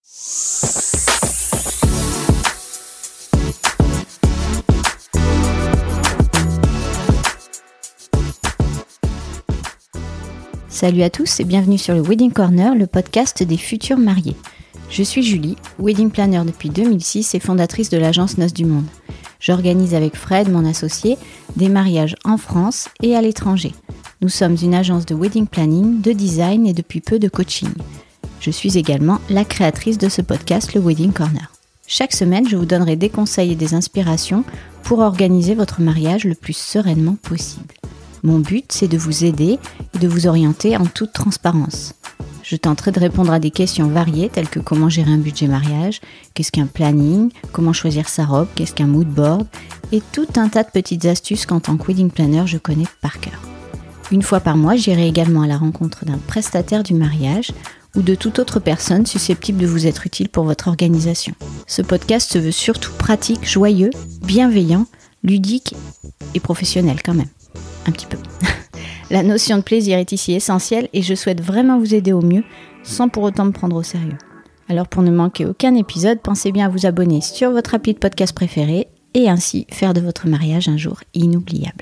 Salut à tous et bienvenue sur le Wedding Corner, le podcast des futurs mariés. Je suis Julie, wedding planner depuis 2006 et fondatrice de l'agence Noces du Monde. J'organise avec Fred, mon associé, des mariages en France et à l'étranger. Nous sommes une agence de wedding planning, de design et depuis peu de coaching. Je suis également la créatrice de ce podcast, le Wedding Corner. Chaque semaine, je vous donnerai des conseils et des inspirations pour organiser votre mariage le plus sereinement possible. Mon but, c'est de vous aider et de vous orienter en toute transparence. Je tenterai de répondre à des questions variées telles que comment gérer un budget mariage, qu'est-ce qu'un planning, comment choisir sa robe, qu'est-ce qu'un mood board et tout un tas de petites astuces qu'en tant que wedding planner, je connais par cœur. Une fois par mois, j'irai également à la rencontre d'un prestataire du mariage ou de toute autre personne susceptible de vous être utile pour votre organisation. Ce podcast se veut surtout pratique, joyeux, bienveillant, ludique et professionnel quand même. Un petit peu. La notion de plaisir est ici essentielle et je souhaite vraiment vous aider au mieux sans pour autant me prendre au sérieux. Alors pour ne manquer aucun épisode, pensez bien à vous abonner sur votre appli de podcast préféré et ainsi faire de votre mariage un jour inoubliable.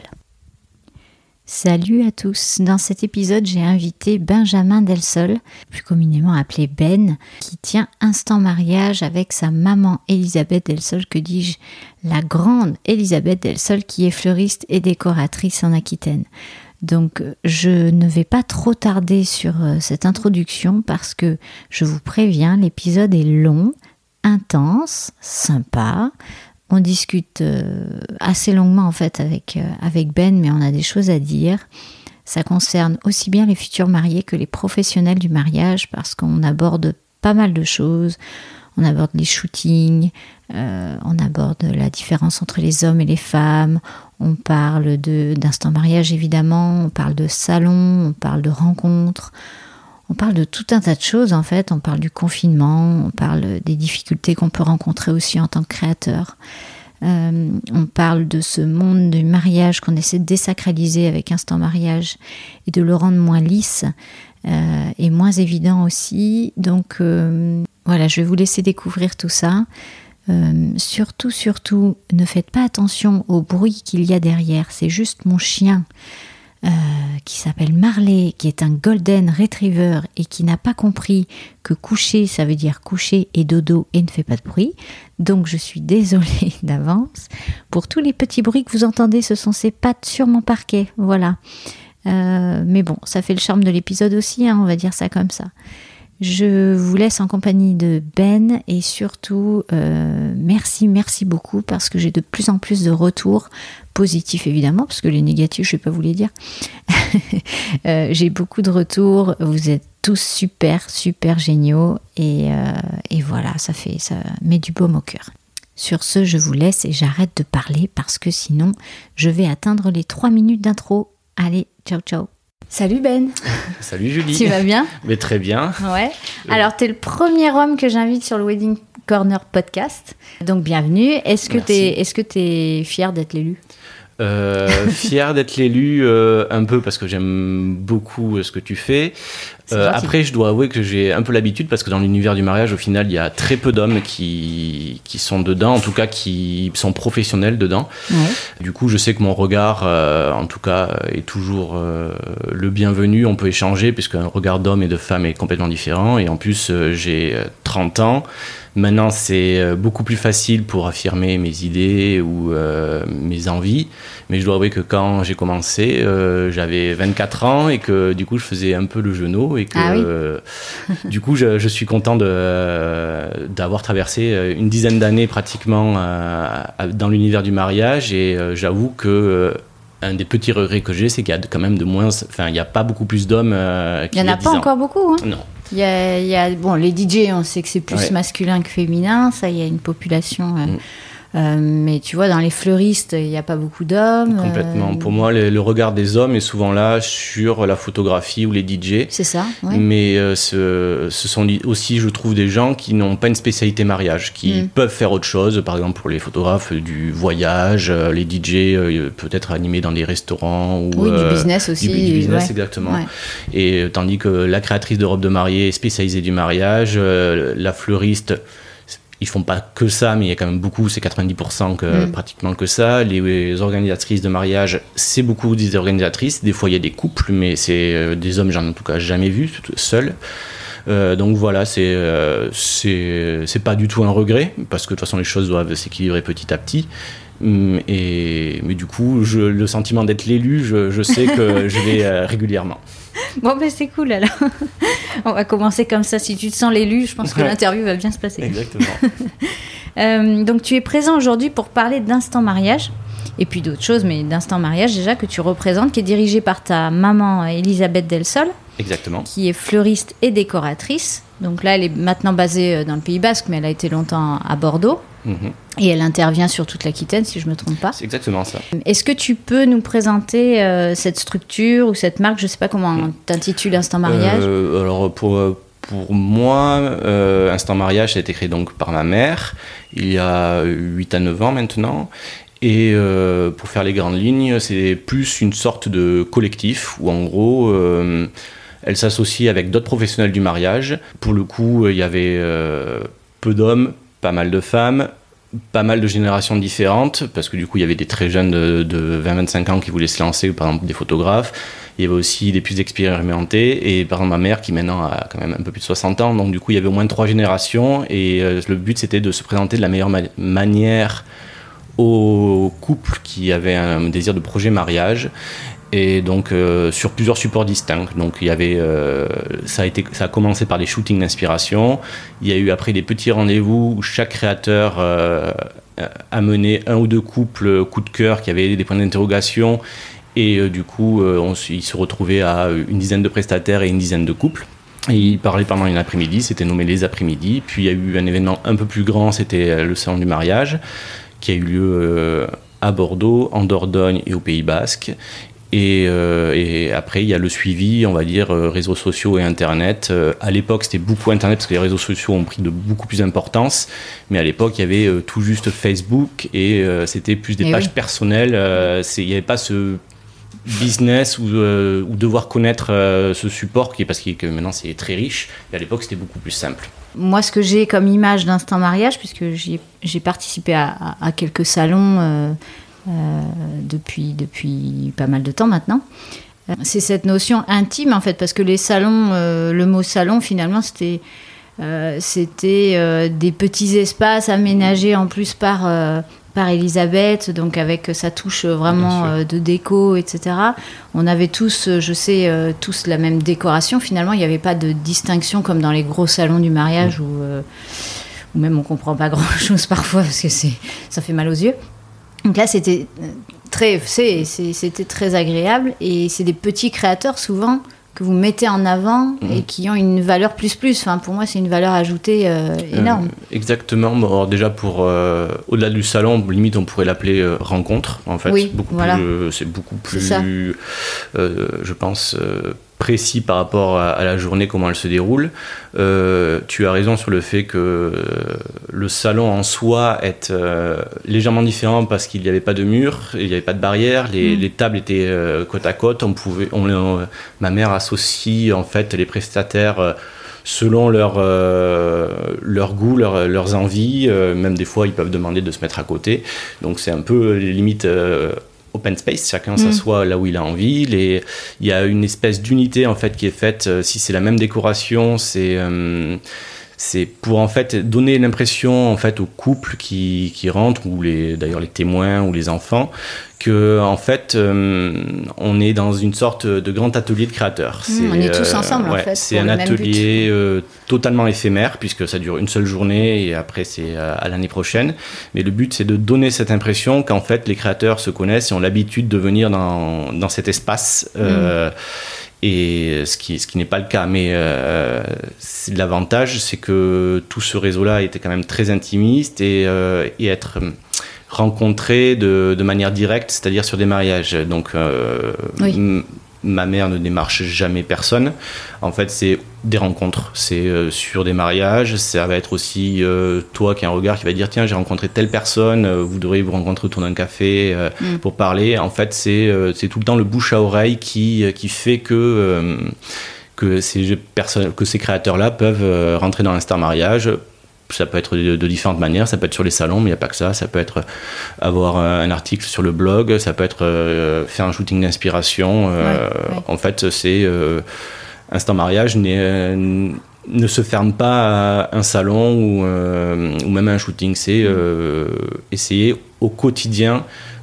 Salut à tous, dans cet épisode j'ai invité Benjamin Delsol, plus communément appelé Ben, qui tient Instant Mariage avec sa maman Elisabeth Delsol, que dis-je, la grande Elisabeth Delsol qui est fleuriste et décoratrice en Aquitaine. Donc je ne vais pas trop tarder sur cette introduction parce que je vous préviens, l'épisode est long, intense, sympa. On discute assez longuement en fait avec Ben, mais on a des choses à dire. Ça concerne aussi bien les futurs mariés que les professionnels du mariage parce qu'on aborde pas mal de choses. On aborde les shootings, on aborde la différence entre les hommes et les femmes, on parle d'instant mariage évidemment, on parle de salon, on parle de rencontres. On parle de tout un tas de choses en fait, on parle du confinement, on parle des difficultés qu'on peut rencontrer aussi en tant que créateur. On parle de ce monde du mariage qu'on essaie de désacraliser avec Instant Mariage et de le rendre moins lisse et moins évident aussi. Donc voilà, je vais vous laisser découvrir tout ça. Surtout, ne faites pas attention au bruit qu'il y a derrière, c'est juste mon chien. Qui s'appelle Marley, qui est un golden retriever et qui n'a pas compris que coucher, ça veut dire coucher et dodo et ne fait pas de bruit. Donc je suis désolée d'avance. Pour tous les petits bruits que vous entendez, ce sont ses pattes sur mon parquet. Voilà. Mais bon, ça fait le charme de l'épisode aussi, hein, on va dire ça comme ça. Je vous laisse en compagnie de Ben et surtout merci beaucoup parce que j'ai de plus en plus de retours positifs évidemment parce que les négatifs je vais pas vous les dire. J'ai beaucoup de retours, vous êtes tous super géniaux et voilà, ça met du baume au cœur. Sur ce, je vous laisse et j'arrête de parler parce que sinon je vais atteindre les 3 minutes d'intro. Allez, ciao. Salut Ben. Salut Julie. Tu vas bien? Mais très bien. Ouais. Alors, tu es le premier homme que j'invite sur le Wedding Corner podcast. Donc, bienvenue. Est-ce que tu es fier d'être l'élu? Fier d'être l'élu un peu parce que j'aime beaucoup ce que tu fais. Après, je dois avouer que j'ai un peu l'habitude parce que dans l'univers du mariage, au final, il y a très peu d'hommes qui sont dedans, en tout cas qui sont professionnels dedans. Ouais. Du coup, je sais que mon regard, en tout cas, est toujours le bienvenu. On peut échanger puisqu'un regard d'homme et de femme est complètement différent. Et en plus, j'ai 30 ans. Maintenant, c'est beaucoup plus facile pour affirmer mes idées ou mes envies. Mais je dois avouer que quand j'ai commencé, j'avais 24 ans et que du coup, je faisais un peu le genou et que du coup, je suis content d'avoir traversé une dizaine d'années pratiquement dans l'univers du mariage. Et j'avoue que un des petits regrets que j'ai, c'est qu'il y a quand même il n'y a pas beaucoup plus d'hommes qu'il y a 10 ans. Il n'y en a pas encore beaucoup, hein. Non. Il y a les DJ, on sait que c'est plus masculin que féminin. Ça, il y a une population Mais tu vois, dans les fleuristes, il n'y a pas beaucoup d'hommes. Complètement. Pour moi, le regard des hommes est souvent là sur la photographie ou les DJ. C'est ça, ouais. Mais ce sont aussi, je trouve, des gens qui n'ont pas une spécialité mariage, qui peuvent faire autre chose. Par exemple, pour les photographes, du voyage, les DJ, peut-être animés dans des restaurants. Ou, oui, du business aussi. Du business, exactement. Ouais. Et tandis que la créatrice de robes de mariée est spécialisée du mariage, la fleuriste... Ils font pas que ça, mais il y a quand même beaucoup, c'est 90% pratiquement que ça. Les organisatrices de mariage, c'est beaucoup des organisatrices. Des fois, il y a des couples, mais c'est des hommes, j'en ai en tout cas jamais vu, seuls. Donc voilà, c'est pas du tout un regret, parce que de toute façon, les choses doivent s'équilibrer petit à petit. Mais du coup, le sentiment d'être l'élu, je sais que je vais régulièrement. Bon, ben c'est cool alors. On va commencer comme ça. Si tu te sens l'élu, je pense que l'interview va bien se passer. Exactement. Donc tu es présent aujourd'hui pour parler d'Instant Mariage, et puis d'autres choses, mais d'Instant Mariage déjà que tu représentes, qui est dirigé par ta maman Elisabeth Delsol. Exactement. Qui est fleuriste et décoratrice. Donc là, elle est maintenant basée dans le Pays Basque, mais elle a été longtemps à Bordeaux. Et elle intervient sur toute l'Aquitaine, si je ne me trompe pas. C'est exactement ça. Est-ce que tu peux nous présenter cette structure ou cette marque? Je ne sais pas comment t'intitules Instant Mariage. Alors, pour moi, Instant Mariage, ça a été créé donc par ma mère, il y a 8 à 9 ans maintenant. Et pour faire les grandes lignes, c'est plus une sorte de collectif où, en gros... elle s'associe avec d'autres professionnels du mariage. Pour le coup, il y avait peu d'hommes, pas mal de femmes, pas mal de générations différentes, parce que du coup, il y avait des très jeunes de 20-25 ans qui voulaient se lancer, ou par exemple des photographes. Il y avait aussi des plus expérimentés, et par exemple ma mère qui maintenant a quand même un peu plus de 60 ans, donc du coup, il y avait au moins 3 générations, et le but, c'était de se présenter de la meilleure manière aux couples qui avaient un désir de projet mariage. Et donc sur plusieurs supports distincts. Donc il y avait, ça a commencé par des shootings d'inspiration. Il y a eu après des petits rendez-vous où chaque créateur a mené un ou deux couples coup de cœur qui avaient des points d'interrogation. Et du coup, ils se retrouvaient à une dizaine de prestataires et une dizaine de couples. Et ils parlaient pendant une après-midi, c'était nommé les après-midi. Puis il y a eu un événement un peu plus grand, c'était le salon du mariage, qui a eu lieu à Bordeaux, en Dordogne et au Pays Basque. Et après, il y a le suivi, on va dire, réseaux sociaux et Internet. À l'époque, c'était beaucoup Internet parce que les réseaux sociaux ont pris de beaucoup plus d'importance. Mais à l'époque, il y avait tout juste Facebook et c'était plus des pages personnelles. Il n'y avait pas ce business ou devoir connaître ce support parce que maintenant, c'est très riche. Et à l'époque, c'était beaucoup plus simple. Moi, ce que j'ai comme image d'Instant Mariage, puisque j'ai participé à quelques salons... depuis pas mal de temps maintenant. C'est cette notion intime en fait, parce que les salons, le mot salon finalement c'était des petits espaces aménagés en plus par Elisabeth, donc avec sa touche vraiment de déco, etc. On avait tous, tous la même décoration. Finalement, il n'y avait pas de distinction comme dans les gros salons du mariage où même on comprend pas grand-chose parfois parce que ça fait mal aux yeux. Donc là, c'était très agréable et c'est des petits créateurs souvent que vous mettez en avant et qui ont une valeur plus. Enfin, pour moi, c'est une valeur ajoutée énorme. Exactement. Bon, alors déjà, au-delà du salon, limite, on pourrait l'appeler rencontre, en fait. Oui, c'est beaucoup plus, je pense... précis par rapport à la journée, comment elle se déroule. Tu as raison sur le fait que le salon en soi est légèrement différent parce qu'il n'y avait pas de mur, il n'y avait pas de barrière, les tables étaient côte à côte. Ma mère associe en fait les prestataires selon leur goût, leurs envies. Même des fois, ils peuvent demander de se mettre à côté. Donc c'est un peu les limites... open space, chacun s'assoit là où il a envie. Il y a une espèce d'unité en fait qui est faite. Si c'est la même décoration, c'est pour en fait donner l'impression en fait aux couples qui rentrent ou d'ailleurs les témoins ou les enfants que en fait on est dans une sorte de grand atelier de créateurs. On est tous ensemble en fait. C'est un atelier totalement éphémère puisque ça dure une seule journée et après c'est à l'année prochaine. Mais le but c'est de donner cette impression qu'en fait les créateurs se connaissent et ont l'habitude de venir dans cet espace. Et ce qui n'est pas le cas, mais l'avantage, c'est que tout ce réseau-là était quand même très intimiste et être rencontrer de manière directe, c'est-à-dire sur des mariages. Donc, ma mère ne démarche jamais personne. En fait, c'est des rencontres. C'est sur des mariages. Ça va être aussi toi qui as un regard qui va dire tiens, j'ai rencontré telle personne, vous devriez vous rencontrer autour d'un café pour parler. En fait, c'est tout le temps le bouche à oreille qui fait que ces créateurs-là peuvent rentrer dans l'Instar Mariage. Ça peut être de différentes manières, ça peut être sur les salons, mais il n'y a pas que ça. Ça peut être avoir un article sur le blog, ça peut être faire un shooting d'inspiration. En fait, c'est Instar Mariage ne se ferme pas à un salon ou même à un shooting. C'est essayer au quotidien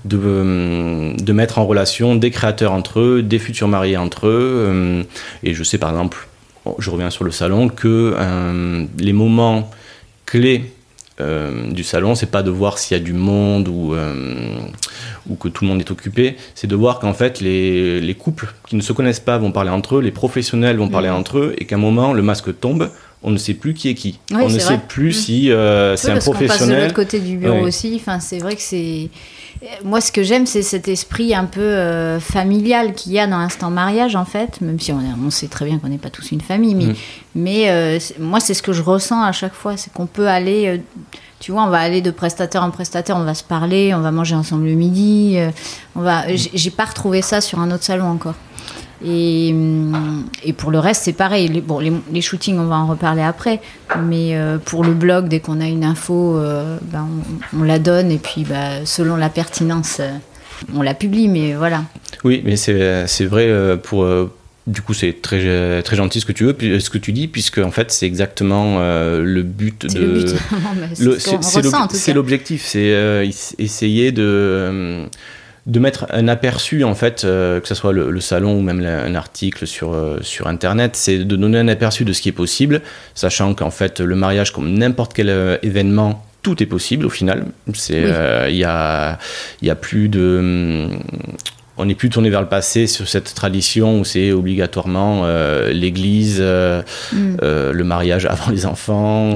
de mettre en relation des créateurs entre eux, des futurs mariés entre eux. Et je sais par exemple, je reviens sur le salon, que les moments clé du salon, c'est pas de voir s'il y a du monde ou que tout le monde est occupé, c'est de voir qu'en fait les couples qui ne se connaissent pas vont parler entre eux, les professionnels vont parler entre eux, et qu'à un moment le masque tombe, on ne sait plus qui est qui. On ne sait plus si c'est un professionnel. Qu'on passe de l'autre côté du bureau aussi. Enfin, c'est vrai que c'est... Moi, ce que j'aime, c'est cet esprit un peu familial qu'il y a dans l'Instant Mariage, en fait, même si on sait très bien qu'on n'est pas tous une famille, mais moi, c'est ce que je ressens à chaque fois, c'est qu'on peut aller... tu vois, on va aller de prestataire en prestataire, on va se parler, on va manger ensemble le midi. J'ai pas retrouvé ça sur un autre salon encore. Et pour le reste, c'est pareil. Les shootings, on va en reparler après. Mais pour le blog, dès qu'on a une info, on la donne. Et puis, selon la pertinence, on la publie. Mais voilà. Oui, mais c'est vrai pour... Du coup, c'est très, très gentil ce que tu dis, puisque en fait, c'est exactement le but de. C'est l'objectif, c'est essayer de mettre un aperçu, en fait, que ce soit le salon ou même un article sur Internet, c'est de donner un aperçu de ce qui est possible, sachant qu'en fait, le mariage, comme n'importe quel événement, tout est possible au final. Il y a plus de... On n'est plus tourné vers le passé sur cette tradition où c'est obligatoirement l'église, le mariage avant les enfants,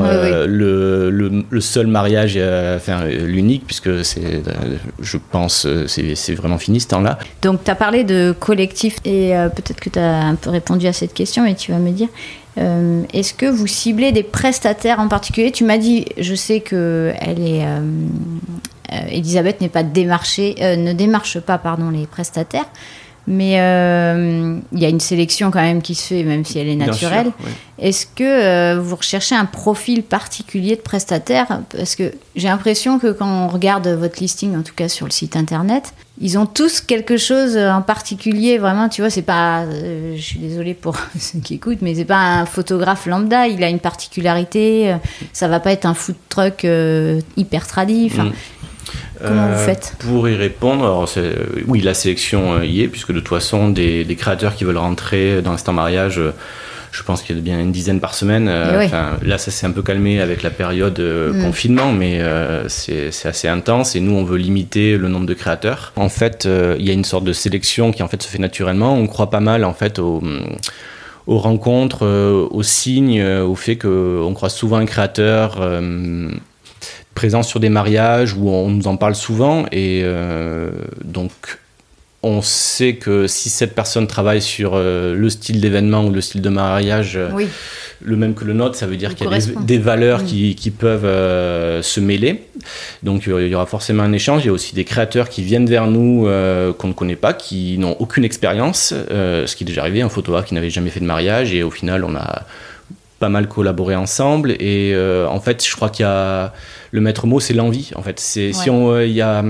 le seul mariage, l'unique, puisque je pense c'est vraiment fini ce temps-là. Donc tu as parlé de collectif et peut-être que tu as un peu répondu à cette question, mais tu vas me dire, est-ce que vous ciblez des prestataires en particulier ? Tu m'as dit, je sais qu'elle est... Elisabeth ne démarche pas les prestataires, mais il y a une sélection quand même qui se fait, même si elle est naturelle. Bien sûr, oui. Est-ce que vous recherchez un profil particulier de prestataire ? Parce que j'ai l'impression que quand on regarde votre listing, en tout cas sur le site internet, ils ont tous quelque chose en particulier. Vraiment, tu vois, c'est pas... je suis désolée pour ceux qui écoutent, mais c'est pas un photographe lambda. Il a une particularité. Ça va pas être un food truck hyper tradit. Comment vous faites ? Pour y répondre, alors oui, la sélection y est, puisque de toute façon, des créateurs qui veulent rentrer dans l'Instant Mariage, je pense qu'il y a bien une dizaine par semaine. Là, ça s'est un peu calmé avec la période confinement, mais c'est assez intense, et nous, on veut limiter le nombre de créateurs. En fait, il y a une sorte de sélection qui en fait se fait naturellement. On croit pas mal en fait aux rencontres, aux signes, au fait qu'on croise souvent un créateur présent sur des mariages où on nous en parle souvent, et donc on sait que si cette personne travaille sur le style d'événement ou le style de mariage le même que le nôtre, ça veut dire qu'il y a des valeurs qui peuvent se mêler. Donc il y aura forcément un échange. Il y a aussi des créateurs qui viennent vers nous qu'on ne connaît pas, qui n'ont aucune expérience, ce qui est déjà arrivé, un photographe qui n'avait jamais fait de mariage, et au final on a pas mal collaboré ensemble. Et en fait, je crois qu'il y a le maître mot, c'est l'envie. En fait, il y a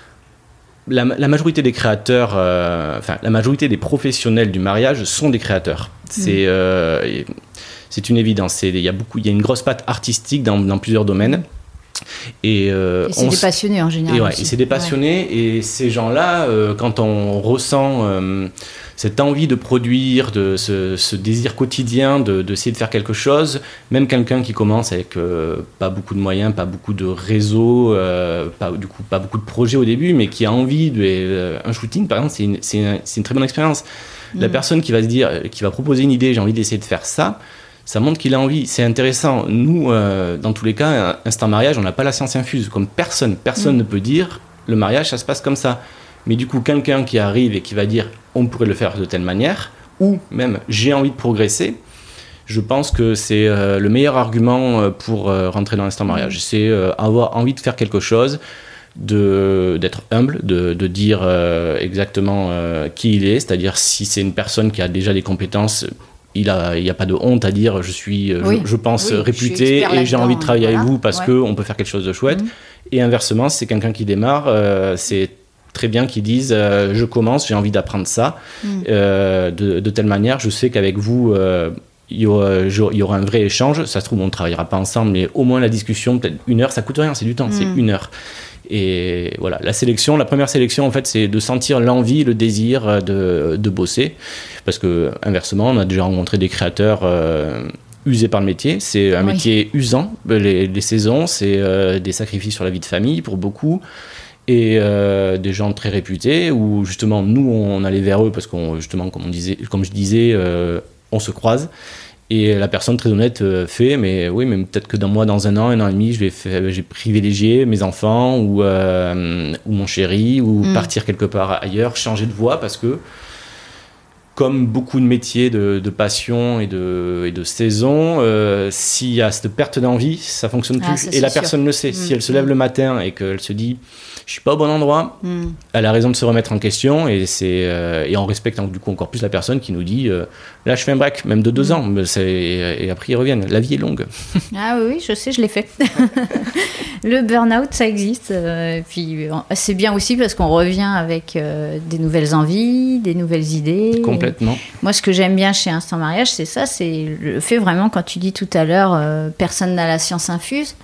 la majorité des créateurs, la majorité des professionnels du mariage sont des créateurs. C'est une évidence. Il y a une grosse patte artistique dans plusieurs domaines. Et c'est des passionnés en général. Et c'est des passionnés, et ces gens-là, quand on ressent cette envie de produire, de ce désir quotidien d'essayer de faire quelque chose, même quelqu'un qui commence avec pas beaucoup de moyens, pas beaucoup de réseau, pas beaucoup de projets au début, mais qui a envie un shooting par exemple, c'est une très bonne expérience. La personne qui va proposer une idée, j'ai envie d'essayer de faire ça, ça montre qu'il a envie. C'est intéressant. Nous, dans tous les cas, instant mariage, on n'a pas la science infuse. Comme personne ne peut dire le mariage, ça se passe comme ça. Mais du coup, quelqu'un qui arrive et qui va dire on pourrait le faire de telle manière, ou même j'ai envie de progresser, je pense que c'est le meilleur argument pour rentrer dans l'instant mariage. C'est avoir envie de faire quelque chose, d'être humble, de dire exactement qui il est, c'est-à-dire si c'est une personne qui a déjà des compétences, il n'y a pas de honte à dire je pense réputé et j'ai envie de travailler avec vous parce qu'on peut faire quelque chose de chouette. Et inversement, si c'est quelqu'un qui démarre, c'est très bien qu'ils disent je commence, j'ai envie d'apprendre ça de telle manière, je sais qu'avec vous il y aura un vrai échange, ça se trouve on ne travaillera pas ensemble, mais au moins la discussion, peut-être 1 heure, ça coûte rien, c'est du temps, c'est 1 heure. Et voilà, la première sélection en fait, c'est de sentir l'envie, le désir de bosser, parce que inversement, on a déjà rencontré des créateurs usés par le métier. C'est un métier usant, les saisons, c'est des sacrifices sur la vie de famille pour beaucoup, et des gens très réputés où justement nous on allait vers eux parce qu'on justement comme je disais, on se croise. Et la personne très honnête fait, mais oui, mais peut-être que dans un an et demi, j'ai privilégié mes enfants ou mon chéri ou partir quelque part ailleurs, changer de voie parce que, comme beaucoup de métiers de passion et de saison, s'il y a cette perte d'envie, ça fonctionne plus. Et la personne le sait. Si elle se lève le matin et qu'elle se dit je suis pas au bon endroit, elle a raison de se remettre en question et en respectant du coup encore plus la personne qui nous dit là je fais un break, même de 2 ans, et après ils reviennent. La vie est longue. Ah oui, je sais, je l'ai fait. Le burn-out, ça existe. Puis c'est bien aussi parce qu'on revient avec des nouvelles envies, des nouvelles idées. Complètement. Moi, ce que j'aime bien chez Instant Mariage, c'est ça, c'est le fait vraiment, quand tu dis tout à l'heure, personne n'a la science infuse.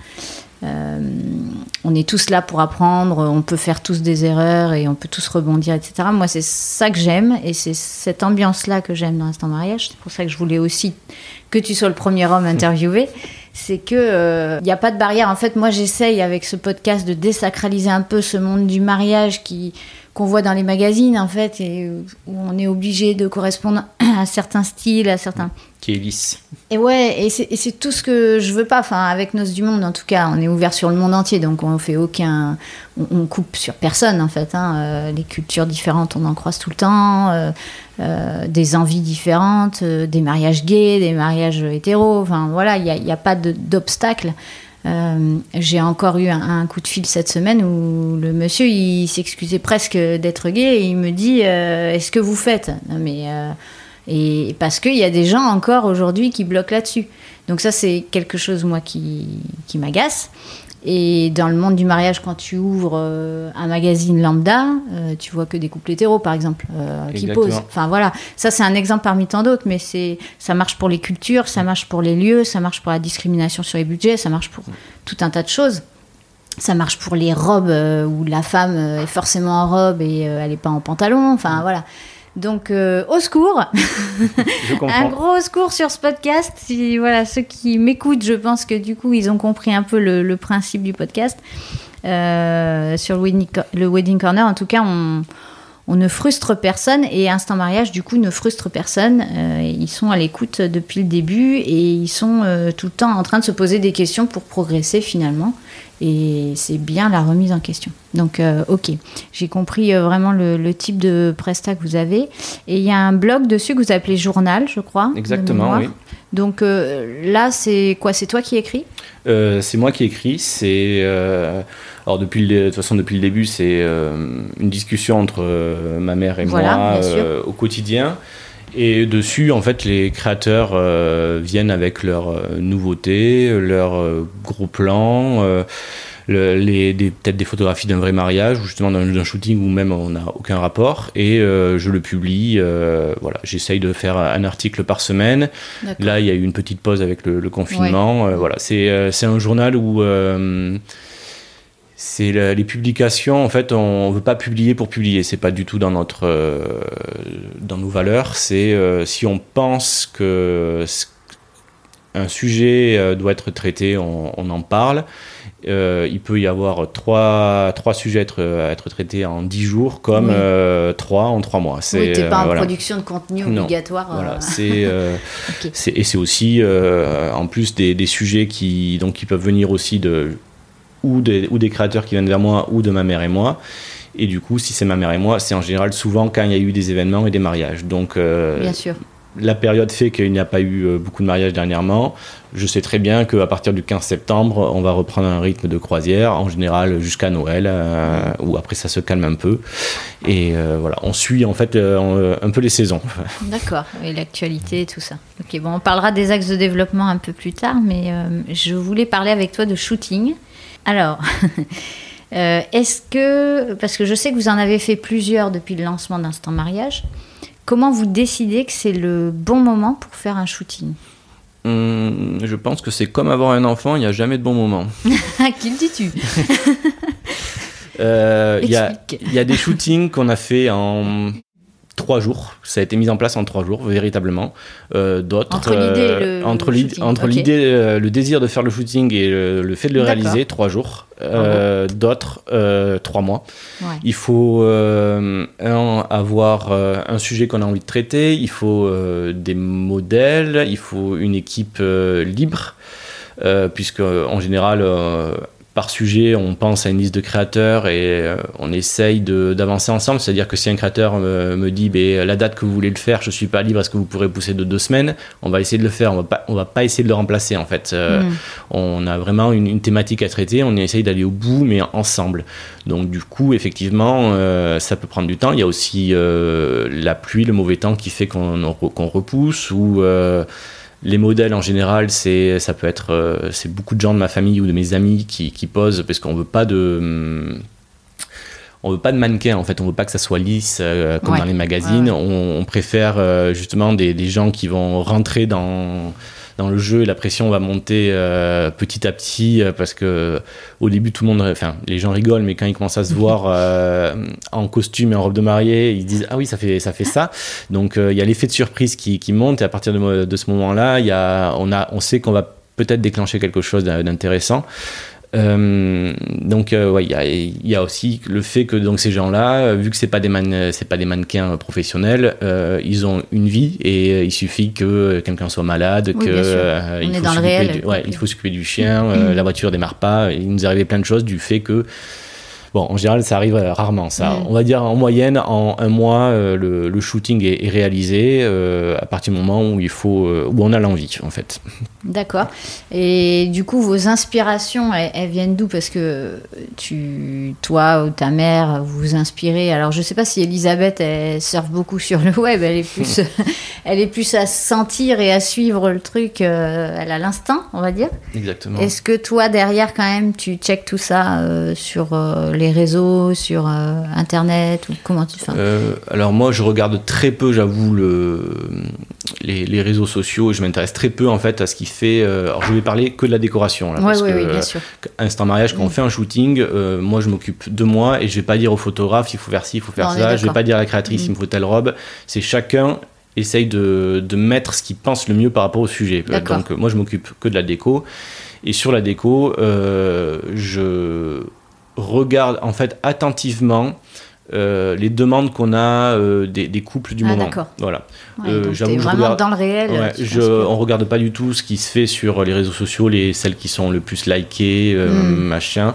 On est tous là pour apprendre, on peut faire tous des erreurs et on peut tous rebondir, etc. Moi, c'est ça que j'aime et c'est cette ambiance-là que j'aime dans Instant Mariage. C'est pour ça que je voulais aussi que tu sois le premier homme interviewé. C'est que y a pas de barrière. En fait, moi, j'essaye avec ce podcast de désacraliser un peu ce monde du mariage qu'on voit dans les magazines, en fait, et où on est obligé de correspondre à certains styles, à certains... Qui est lisse. Et ouais, et c'est tout ce que je veux pas. Enfin, avec Noces du Monde, en tout cas, on est ouvert sur le monde entier, donc on fait aucun... On coupe sur personne, en fait. Les cultures différentes, on en croise tout le temps. Des envies différentes, des mariages gays, des mariages hétéros. Enfin, voilà, il n'y a pas d'obstacle. J'ai encore eu un coup de fil cette semaine où le monsieur, il s'excusait presque d'être gay et il me dit est-ce que vous faites ? Non, mais... Et parce qu'il y a des gens encore aujourd'hui qui bloquent là-dessus. Donc ça, c'est quelque chose, moi, qui m'agace. Et dans le monde du mariage, quand tu ouvres un magazine lambda, tu vois que des couples hétéros, par exemple, qui posent. Enfin voilà, ça c'est un exemple parmi tant d'autres, mais ça marche pour les cultures, ça marche pour les lieux, ça marche pour la discrimination sur les budgets, ça marche pour tout un tas de choses. Ça marche pour les robes où la femme est forcément en robe et elle n'est pas en pantalon. Enfin voilà. Donc, au secours. Je comprends. Un gros secours sur ce podcast. Voilà, ceux qui m'écoutent, je pense que du coup, ils ont compris un peu le principe du podcast. Sur le Wedding Corner, en tout cas, on ne frustre personne et Instant Mariage, du coup, ne frustre personne. Ils sont à l'écoute depuis le début et ils sont tout le temps en train de se poser des questions pour progresser finalement. Et c'est bien la remise en question. Donc, ok, j'ai compris vraiment le type de prestat que vous avez. Et il y a un blog dessus que vous appelez Journal, je crois. Exactement, oui. Donc là, c'est quoi ? C'est toi qui écris ? C'est moi qui écris. Alors depuis le début, c'est une discussion entre ma mère et moi au quotidien. Et dessus, en fait, les créateurs viennent avec leurs nouveautés, leurs gros plans, peut-être des photographies d'un vrai mariage, ou justement d'un shooting où même on n'a aucun rapport. Et je le publie. Voilà, j'essaye de faire un article par semaine. D'accord. Là, il y a eu une petite pause avec le confinement. Ouais. Voilà, c'est un journal où... c'est les publications, en fait, on veut pas publier pour publier. C'est pas du tout dans nos valeurs. C'est si on pense que un sujet doit être traité, on en parle. Il peut y avoir trois sujets à être traités en 10 jours, comme 3 en 3 mois. Oui, tu n'es pas en production de contenu obligatoire. Voilà, et c'est aussi, en plus, des sujets qui peuvent venir aussi ou des créateurs qui viennent vers moi, ou de ma mère et moi. Et du coup, si c'est ma mère et moi, c'est en général souvent quand il y a eu des événements et des mariages. Donc, bien sûr. La période fait qu'il n'y a pas eu beaucoup de mariages dernièrement. Je sais très bien qu'à partir du 15 septembre, on va reprendre un rythme de croisière, en général jusqu'à Noël, où après ça se calme un peu. Et voilà, on suit en fait un peu les saisons. D'accord, et l'actualité et tout ça. Ok, bon, on parlera des axes de développement un peu plus tard, mais je voulais parler avec toi de shooting. Alors, est-ce que, parce que je sais que vous en avez fait plusieurs depuis le lancement d'Instant Mariage, comment vous décidez que c'est le bon moment pour faire un shooting ? Je pense que c'est comme avoir un enfant, il n'y a jamais de bon moment. Qui le dis-tu ? Il y a des shootings qu'on a fait en 3 jours. Ça a été mis en place en 3 jours, véritablement. D'autres, entre l'idée, le désir de faire le shooting et le fait de le réaliser, 3 jours. D'autres, 3 mois. Ouais. Il faut avoir un sujet qu'on a envie de traiter, il faut des modèles, il faut une équipe libre, puisque en général, par sujet, on pense à une liste de créateurs et on essaye d'avancer ensemble. C'est-à-dire que si un créateur me dit la date que vous voulez le faire, je ne suis pas libre, est-ce que vous pourrez pousser de 2 semaines ? On va essayer de le faire, on va pas essayer de le remplacer en fait. On a vraiment une thématique à traiter, on essaye d'aller au bout, mais ensemble. Donc du coup, effectivement, ça peut prendre du temps. Il y a aussi la pluie, le mauvais temps qui fait qu'on repousse, ou... les modèles en général, c'est beaucoup de gens de ma famille ou de mes amis qui posent, parce qu'on veut pas de mannequin en fait, on veut pas que ça soit lisse comme dans les magazines. On préfère justement des gens qui vont rentrer dans le jeu, et la pression va monter petit à petit, parce que au début tout le monde, les gens rigolent, mais quand ils commencent à se voir en costume et en robe de mariée, ils disent ah oui, ça fait ça. Donc il y a l'effet de surprise qui monte, et à partir de ce moment-là, on sait qu'on va peut-être déclencher quelque chose d'intéressant. Donc il y a aussi le fait que donc ces gens-là, vu que c'est pas des mannequins professionnels, ils ont une vie, et il suffit que quelqu'un soit malade, il faut s'occuper du chien, la voiture démarre pas. Il nous est arrivé plein de choses du fait que en général, ça arrive rarement. Ça, on va dire en moyenne, en 1 mois, le shooting est réalisé à partir du moment où où on a l'envie, en fait. D'accord. Et du coup, vos inspirations, elles viennent d'où ? Parce que toi ou ta mère, vous vous inspirez. Alors, je ne sais pas si Elisabeth, elle surfe beaucoup sur le web. Elle est plus à sentir et à suivre le truc. Elle a l'instinct, on va dire. Exactement. Est-ce que toi, derrière, quand même, tu checkes tout ça sur les réseaux, sur Internet, ou comment tu fais ? Alors moi, je regarde très peu, j'avoue, les réseaux sociaux. Je m'intéresse très peu en fait à ce qui fait. Alors je vais parler que de la décoration là, parce que bien sûr. Instant Mariage, quand on fait un shooting, moi je m'occupe de moi, et je vais pas dire au photographe il faut faire ci, il faut faire ça. Je vais pas dire à la créatrice il me faut telle robe. C'est chacun essaye de mettre ce qu'il pense le mieux par rapport au sujet. Donc moi je m'occupe que de la déco, et sur la déco, je regarde en fait attentivement les demandes qu'on a des couples du moment. D'accord. Voilà. Donc j'avoue, t'es vraiment dans le réel. On regarde pas du tout ce qui se fait sur les réseaux sociaux, celles qui sont le plus likées, machin.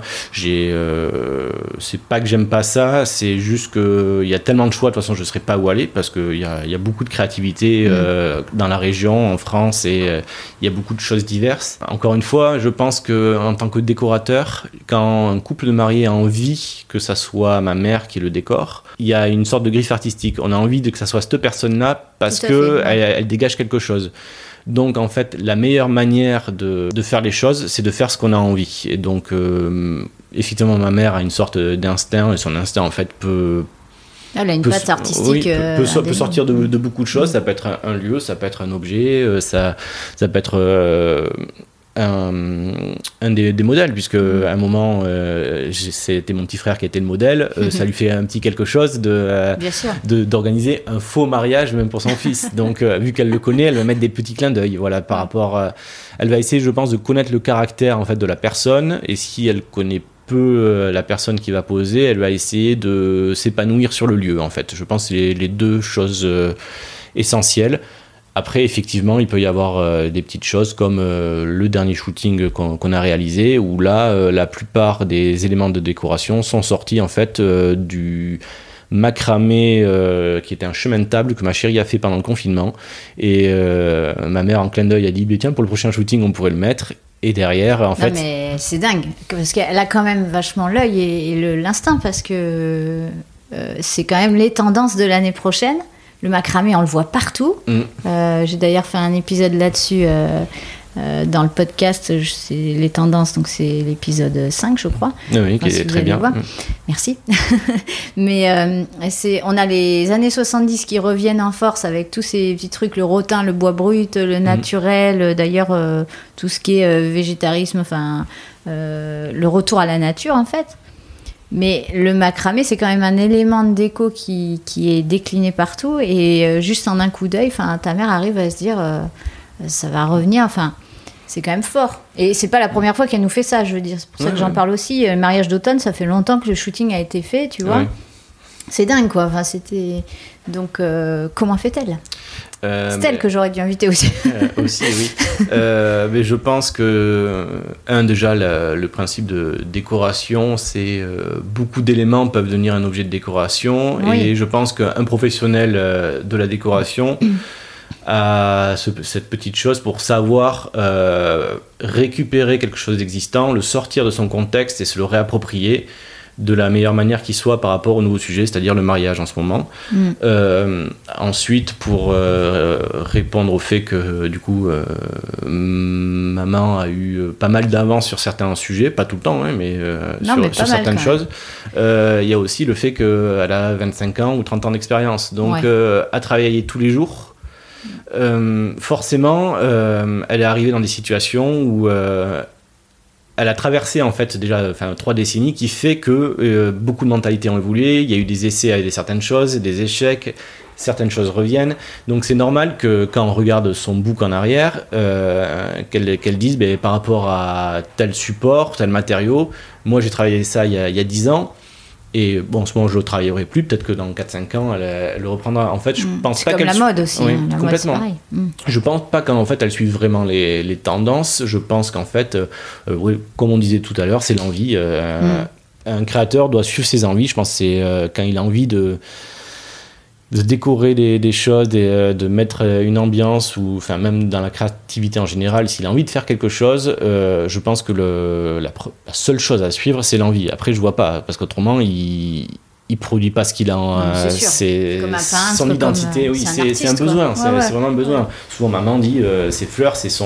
C'est pas que j'aime pas ça, c'est juste que il y a tellement de choix. De toute façon, je saurais pas où aller, parce que il y a beaucoup de créativité dans la région, en France, et il y a beaucoup de choses diverses. Encore une fois, je pense que en tant que décorateur, quand un couple de mariés a envie que ça soit ma mère qui le décore, il y a une sorte de griffe artistique. On a envie que ça soit cette personne-là, parce qu'elle dégage quelque chose. Donc en fait, la meilleure manière de faire les choses, c'est de faire ce qu'on a envie. Et donc effectivement, ma mère a une sorte d'instinct, et son instinct en fait elle a une patte artistique. Peut sortir de beaucoup de choses. Ça peut être un lieu, ça peut être un objet, ça peut être un des modèles, puisque à un moment c'était mon petit frère qui était le modèle, ça lui fait un petit quelque chose d'organiser un faux mariage même pour son fils, donc vu qu'elle le connaît, elle va mettre des petits clins d'œil, voilà, par rapport elle va essayer, je pense, de connaître le caractère en fait de la personne, et si elle connaît peu la personne qui va poser, elle va essayer de s'épanouir sur le lieu, en fait. Je pense que c'est les deux choses essentielles. Après, effectivement, il peut y avoir des petites choses comme le dernier shooting qu'on a réalisé, où là, la plupart des éléments de décoration sont sortis en fait du macramé qui était un chemin de table que ma chérie a fait pendant le confinement. Et ma mère, en clin d'œil, a dit tiens, pour le prochain shooting, on pourrait le mettre. Et derrière, en fait... Non, mais c'est dingue, parce qu'elle a quand même vachement l'œil et l'instinct, parce que c'est quand même les tendances de l'année prochaine. Le macramé, on le voit partout. J'ai d'ailleurs fait un épisode là-dessus dans le podcast. C'est les tendances, donc c'est l'épisode 5, je crois. Oui, qui est très bien. Merci. Mais on a les années 70 qui reviennent en force avec tous ces petits trucs, le rotin, le bois brut, le naturel. D'ailleurs, tout ce qui est végétarisme, enfin, le retour à la nature, en fait. Mais le macramé, c'est quand même un élément de déco qui est décliné partout, et juste en un coup d'œil, ta mère arrive à se dire ça va revenir, c'est quand même fort. Et c'est pas la première fois qu'elle nous fait ça, je veux dire, c'est pour ça que j'en parle aussi. Le mariage d'automne, ça fait longtemps que le shooting a été fait, tu vois. C'est dingue, quoi. C'était... Donc, comment fait-elle ? C'est elle que j'aurais dû inviter aussi. Aussi, oui. Mais je pense que, déjà, le principe de décoration, c'est beaucoup d'éléments peuvent devenir un objet de décoration. Oui. Et je pense qu'un professionnel de la décoration a cette petite chose pour savoir récupérer quelque chose d'existant, le sortir de son contexte et se le réapproprier de la meilleure manière qui soit par rapport au nouveau sujet, c'est-à-dire le mariage en ce moment. Ensuite, pour répondre au fait que du coup maman a eu pas mal d'avance sur certains sujets, pas tout le temps, mais sur certaines choses, il y a aussi le fait qu'elle a 25 ans ou 30 ans d'expérience, donc à travailler tous les jours, forcément elle est arrivée dans des situations où elle a traversé en fait déjà 3 décennies, qui fait que beaucoup de mentalités ont évolué, il y a eu des essais avec certaines choses, des échecs, certaines choses reviennent, donc c'est normal que quand on regarde son book en arrière, qu'elle dise par rapport à tel support, tel matériau, moi j'ai travaillé ça il y a 10 ans, et bon, en ce moment je ne le travaillerai plus, peut-être que dans 4-5 ans elle le reprendra. En fait, je pense c'est pas comme qu'elle... la mode aussi, oui, la complètement. mode c'est pareil. Je pense pas qu'en fait elle suive vraiment les tendances. Je pense qu'en fait, oui, comme on disait tout à l'heure, c'est l'envie. Un créateur doit suivre ses envies. Je pense que c'est quand il a envie de décorer des choses, de mettre une ambiance, ou même dans la créativité en général, s'il a envie de faire quelque chose, je pense que la seule chose à suivre, c'est l'envie. Après, je vois pas, parce qu'autrement, il produit pas ce qu'il a, c'est comme un peintre, son identité, oui, c'est un besoin, c'est vraiment un besoin. Souvent, maman dit, ses fleurs, c'est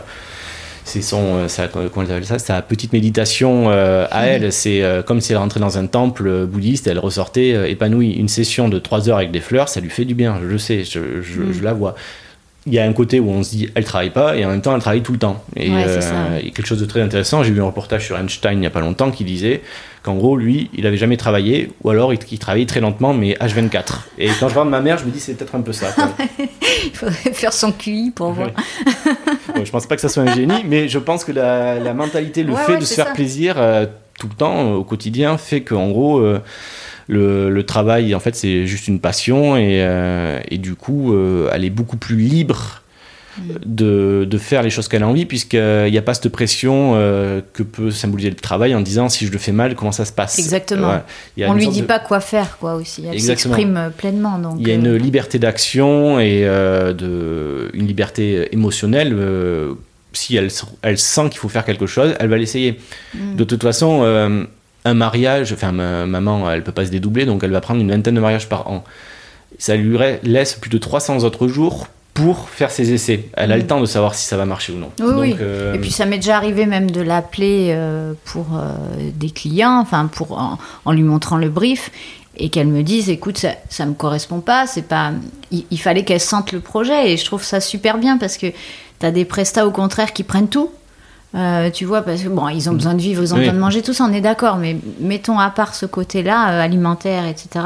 sa petite méditation à elle. C'est comme si elle rentrait dans un temple bouddhiste, elle ressortait épanouie. Une session de 3 heures avec des fleurs, ça lui fait du bien, je le sais, je la vois. Il y a un côté où on se dit elle travaille pas, et en même temps elle travaille tout le temps. Et il y a quelque chose de très intéressant. J'ai vu un reportage sur Einstein il y a pas longtemps qui disait qu'en gros lui il avait jamais travaillé, ou alors il travaillait très lentement mais H24. Et quand je regarde ma mère, je me dis c'est peut-être un peu ça. Il faudrait faire son QI pour voir. Bon, je pense pas que ça soit un génie, mais je pense que la mentalité, le fait de se faire plaisir tout le temps au quotidien fait qu'en gros le travail en fait c'est juste une passion, et du coup elle est beaucoup plus libre de faire les choses qu'elle a envie, puisqu'il n'y a pas cette pression que peut symboliser le travail en disant si je le fais mal comment ça se passe. Exactement. On lui dit pas quoi faire, quoi, aussi. Elle s'exprime pleinement. Donc, il y a une liberté d'action et une liberté émotionnelle. Si elle sent qu'il faut faire quelque chose, elle va l'essayer. De toute façon, un mariage, maman elle peut pas se dédoubler, donc elle va prendre une 20aine de mariages par an. Ça lui laisse plus de 300 autres jours pour faire ses essais. Elle a le temps de savoir si ça va marcher ou non. Oui, donc, et puis ça m'est déjà arrivé même de l'appeler pour des clients, en lui montrant le brief, et qu'elle me dise écoute, ça me correspond pas, c'est pas... Il fallait qu'elle sente le projet, et je trouve ça super bien, parce que t'as des prestats au contraire qui prennent tout. Tu vois, parce que bon, ils ont besoin de vivre, ils ont besoin de manger, tout ça, on est d'accord, mais mettons à part ce côté-là, alimentaire, etc.,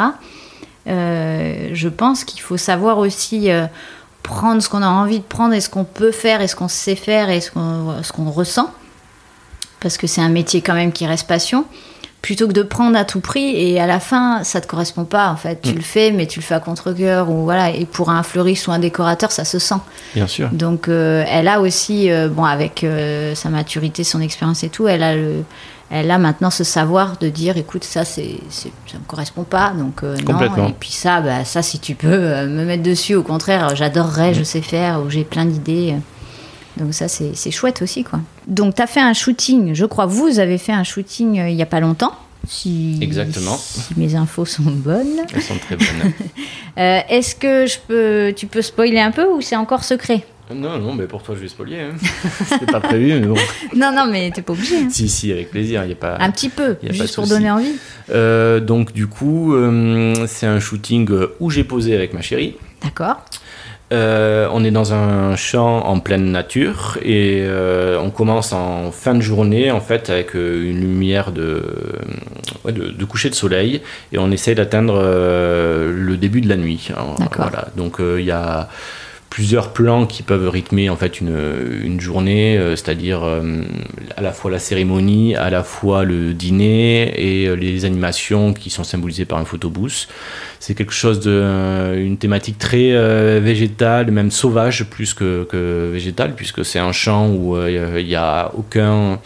je pense qu'il faut savoir aussi prendre ce qu'on a envie de prendre et ce qu'on peut faire et ce qu'on sait faire et ce qu'on ressent, parce que c'est un métier quand même qui reste passion, plutôt que de prendre à tout prix et à la fin ça te correspond pas en fait. Tu le fais mais tu le fais à contre-cœur ou voilà, et pour un fleuriste ou un décorateur ça se sent. Bien sûr. Donc elle a aussi avec sa maturité, son expérience et tout, elle a maintenant ce savoir de dire écoute ça ça me correspond pas donc non, et puis ça si tu peux me mettre dessus, au contraire j'adorerais, je sais faire, ou j'ai plein d'idées. Donc ça, c'est chouette aussi, quoi. Donc, tu as fait un shooting, je crois, vous avez fait un shooting il n'y a pas longtemps. Exactement. Si mes infos sont bonnes. Elles sont très bonnes. Est-ce que tu peux spoiler un peu ou c'est encore secret ? Non, mais pour toi, je vais spoiler. Hein. C'était pas prévu, mais bon. Non, mais t'es pas obligé. Hein. Si, avec plaisir. Y a pas, un petit peu, juste pour donner envie. Donc, du coup, c'est un shooting où j'ai posé avec ma chérie. D'accord. On est dans un champ en pleine nature et on commence en fin de journée en fait avec une lumière de coucher de soleil et on essaie d'atteindre le début de la nuit. D'accord. Voilà. Donc il y a plusieurs plans qui peuvent rythmer en fait une journée, c'est-à-dire à la fois la cérémonie, à la fois le dîner et les animations qui sont symbolisées par un photobooth. C'est quelque chose une thématique très végétale, même sauvage plus que végétale, puisque c'est un champ où il n'y a aucun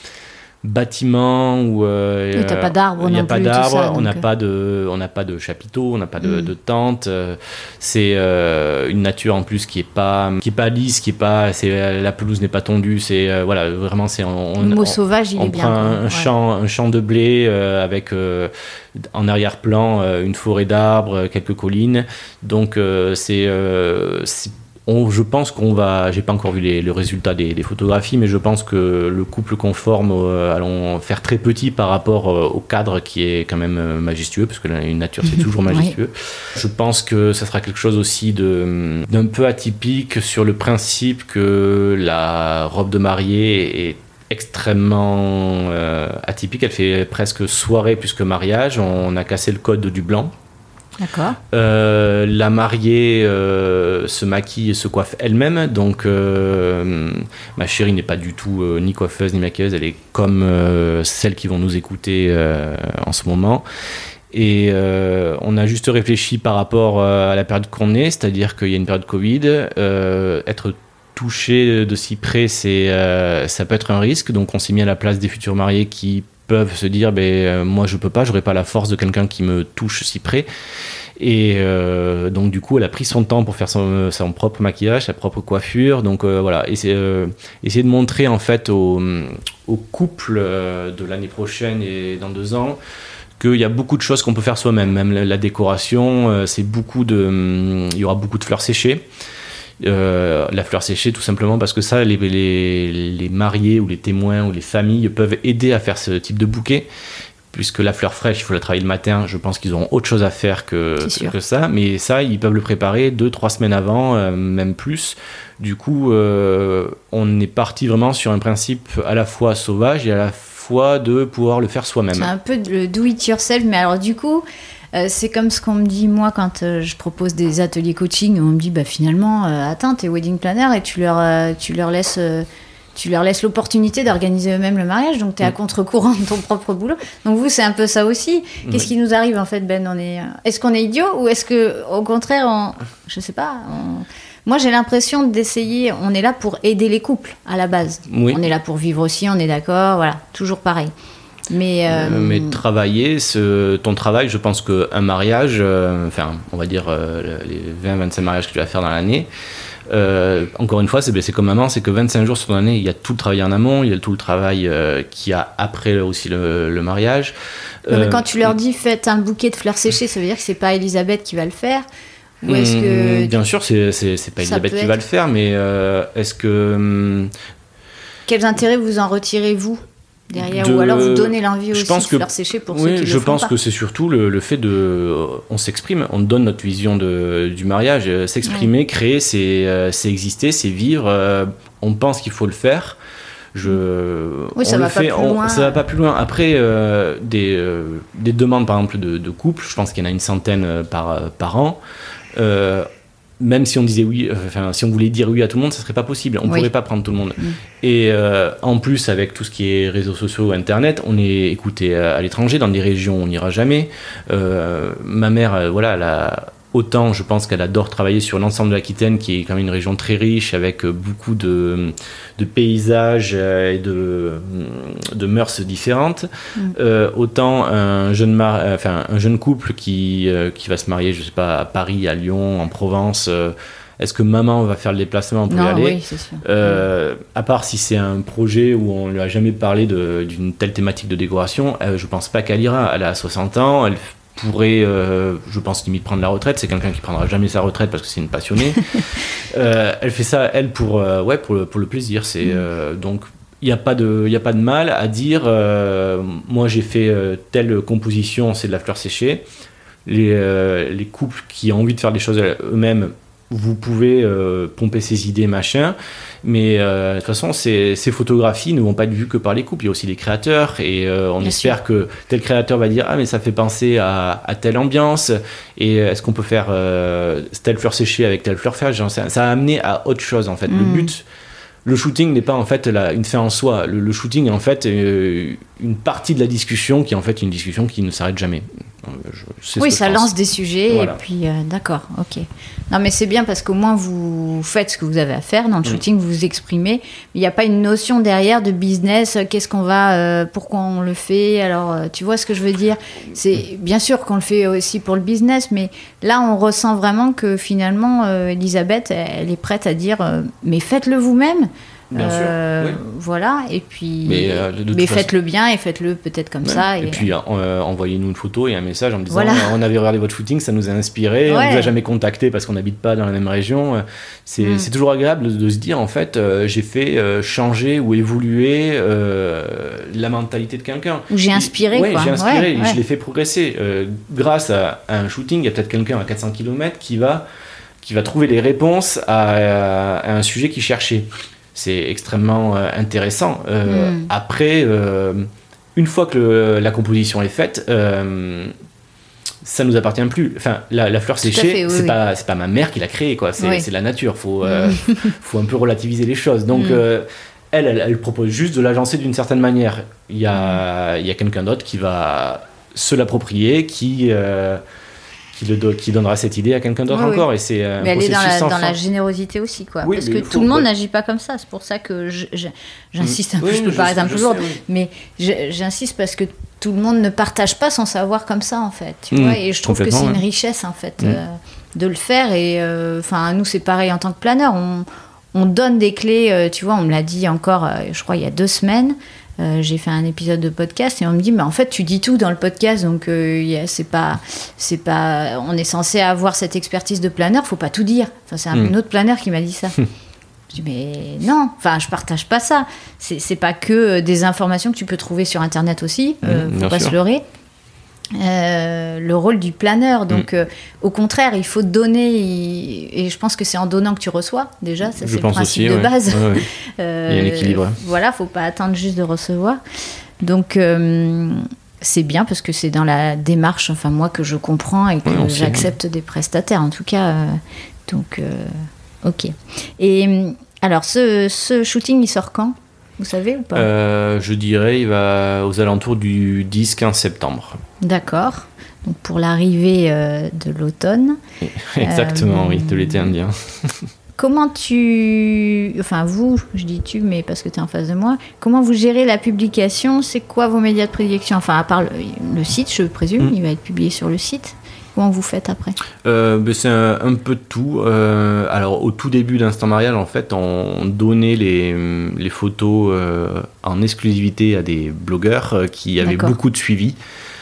bâtiment où il n'y a pas d'arbres, on n'a pas de chapiteau, on n'a pas de tente. C'est une nature en plus qui est pas lisse, la pelouse n'est pas tondue. C'est voilà, vraiment c'est le mot sauvage, il est bien. On prend un champ de blé avec en arrière-plan une forêt d'arbres, quelques collines. Donc je pense j'ai pas encore vu le résultat des photographies, mais je pense que le couple qu'on forme allons faire très petit par rapport au cadre qui est quand même majestueux, parce que une nature c'est toujours majestueux. Oui. Je pense que ça sera quelque chose aussi d'un peu atypique sur le principe que la robe de mariée est extrêmement atypique, elle fait presque soirée plus que mariage, on a cassé le code du blanc. D'accord. La mariée se maquille et se coiffe elle-même, donc ma chérie n'est pas du tout ni coiffeuse ni maquilleuse, elle est comme celles qui vont nous écouter en ce moment. Et on a juste réfléchi par rapport à la période qu'on est, c'est-à-dire qu'il y a une période Covid, être touché de si près, ça peut être un risque, donc on s'est mis à la place des futurs mariés qui peuvent se dire moi je peux pas, j'aurais pas la force de quelqu'un qui me touche si près, et donc du coup elle a pris son temps pour faire son propre maquillage, sa propre coiffure, donc voilà, essayer de montrer en fait au couple de l'année prochaine et dans 2 ans qu'il y a beaucoup de choses qu'on peut faire soi-même, même la décoration, il y aura beaucoup de fleurs séchées. La fleur séchée tout simplement parce que ça les mariés ou les témoins ou les familles peuvent aider à faire ce type de bouquet, puisque la fleur fraîche il faut la travailler le matin, je pense qu'ils auront autre chose à faire que ça, mais ça ils peuvent le préparer 2-3 semaines avant, même plus. Du coup on est parti vraiment sur un principe à la fois sauvage et à la fois de pouvoir le faire soi-même. C'est un peu le do it yourself, mais alors du coup c'est comme ce qu'on me dit moi quand je propose des ateliers coaching, on me dit finalement attends, t'es wedding planner et tu leur laisses l'opportunité d'organiser eux-mêmes le mariage, donc t'es à contre-courant de ton propre boulot. Donc vous c'est un peu ça aussi. Qu'est-ce qui nous arrive en fait, Ben? Est-ce qu'on est idiot ou est-ce que au contraire je sais pas, moi j'ai l'impression d'essayer, on est là pour aider les couples à la base. Oui. On est là pour vivre aussi, on est d'accord, voilà, toujours pareil. Mais travailler, ton travail, je pense qu'un mariage, on va dire les 20-25 mariages que tu vas faire dans l'année, encore une fois, c'est comme maman, c'est que 25 jours sur ton année, il y a tout le travail en amont, il y a tout le travail qu'il y a après aussi le mariage. Mais quand tu leur dis faites un bouquet de fleurs séchées, ça veut dire que c'est pas Elisabeth qui va le faire? Ou est-ce que bien sûr, c'est pas Elisabeth qui va le faire, mais est-ce que quels intérêts vous en retirez vous derrière, ou alors vous donnez l'envie aussi de fleurs séchées pour ceux qui le font pas? Je pense que c'est surtout le fait on s'exprime, on donne notre vision du mariage, s'exprimer, créer, c'est exister, c'est vivre, on pense qu'il faut le faire. Ça va pas plus loin. Après, des demandes, par exemple, de couple, je pense qu'il y en a une centaine par an. Même si on disait oui, si on voulait dire oui à tout le monde, ça serait pas possible. On pourrait pas prendre tout le monde. Et en plus, avec tout ce qui est réseaux sociaux, Internet, on est écouté à l'étranger, dans des régions où on n'ira jamais. Ma mère, elle a... Autant, je pense qu'elle adore travailler sur l'ensemble de l'Aquitaine, qui est quand même une région très riche, avec beaucoup de paysages et de mœurs différentes. Autant un jeune couple qui va se marier, je sais pas, à Paris, à Lyon, en Provence. Est-ce que maman va faire le déplacement pour y aller? Oui, c'est sûr. À part si c'est un projet où on ne lui a jamais parlé d'une telle thématique de décoration, je pense pas qu'elle ira. Elle a 60 ans, elle pourrait, je pense, limite prendre la retraite. C'est quelqu'un qui prendra jamais sa retraite parce que c'est une passionnée. Elle fait ça, elle, pour le plaisir. Donc, il n'y a pas de mal à dire moi j'ai fait telle composition, c'est de la fleur séchée. Les couples qui ont envie de faire des choses eux-mêmes, vous pouvez pomper ces idées, machin, mais de toute façon, ces photographies ne vont pas être vues que par les couples. Il y a aussi les créateurs, et on espère que tel créateur va dire « Ah, mais ça fait penser à telle ambiance, et est-ce qu'on peut faire telle fleur séchée avec telle fleur fraîche ?» Ça a amené à autre chose, en fait. Le but, le shooting n'est pas en fait une fin en soi. Le shooting est en fait une partie de la discussion qui est en fait une discussion qui ne s'arrête jamais. Ça lance des sujets, voilà. Et puis d'accord, ok. Non, mais c'est bien parce qu'au moins vous faites ce que vous avez à faire dans le shooting, vous vous exprimez. Il n'y a pas une notion derrière de business. Qu'est-ce qu'on va, pourquoi on le fait? Alors, tu vois ce que je veux dire? C'est bien sûr qu'on le fait aussi pour le business, mais là on ressent vraiment que finalement Elisabeth, elle est prête à dire, mais faites-le vous-même. Bien sûr, oui. Voilà, et puis mais faites-le bien et faites-le peut-être comme ça. Et puis envoyez-nous une photo et un message en me disant on avait regardé votre shooting, ça nous a inspiré, on ne vous a jamais contacté parce qu'on n'habite pas dans la même région. C'est toujours agréable de se dire en fait j'ai fait changer ou évoluer la mentalité de quelqu'un. Ou j'ai inspiré. J'ai inspiré, je l'ai fait progresser. Grâce à un shooting, il y a peut-être quelqu'un à 400 km qui va trouver les réponses à un sujet qu'il cherchait. C'est extrêmement intéressant. Après, une fois que la composition est faite, ça nous appartient plus. Enfin, la fleur séchée, c'est pas ma mère qui l'a créée, quoi. C'est la nature. Faut un peu relativiser les choses. Donc, elle propose juste de l'agencer d'une certaine manière. Il y a quelqu'un d'autre qui va se l'approprier, qui donnera cette idée à quelqu'un d'autre encore. Et c'est mais elle est dans la générosité aussi, quoi. Parce que tout le monde n'agit pas comme ça. C'est pour ça que j'insiste un peu. Je peux paraître un peu lourde, mais j'insiste parce que tout le monde ne partage pas son savoir comme ça, en fait. Tu vois, et je trouve que c'est une richesse, en fait, de le faire. Et nous, c'est pareil en tant que planeur. On donne des clés. Tu vois, on me l'a dit encore, je crois, il y a 2 semaines. J'ai fait un épisode de podcast et on me dit mais en fait tu dis tout dans le podcast, donc c'est pas on est censé avoir cette expertise de planeur, faut pas tout dire. Enfin, c'est un autre planeur qui m'a dit ça. Je dis mais non, je partage pas ça. C'est pas que des informations que tu peux trouver sur internet aussi, faut pas se leurrer. Le rôle du planeur, donc au contraire il faut donner, et je pense que c'est en donnant que tu reçois déjà, ça c'est le principe de base. Il y a un équilibre. Voilà, faut pas attendre juste de recevoir, donc c'est bien parce que c'est dans la démarche, moi que je comprends et que j'accepte des prestataires en tout cas, donc ok. Et alors ce shooting il sort quand? Vous savez ou pas? Je dirais il va aux alentours du 10-15 septembre. D'accord. Donc pour l'arrivée de l'automne. Exactement, oui, de l'été indien. Comment vous, je dis tu, mais parce que tu es en face de moi, comment vous gérez la publication? C'est quoi vos médias de prédilection? À part le site, je présume, il va être publié sur le site. Comment vous faites après? C'est un peu de tout. Alors, au tout début d'Instant Mariage, en fait, on donnait les photos en exclusivité à des blogueurs qui avaient beaucoup de suivi.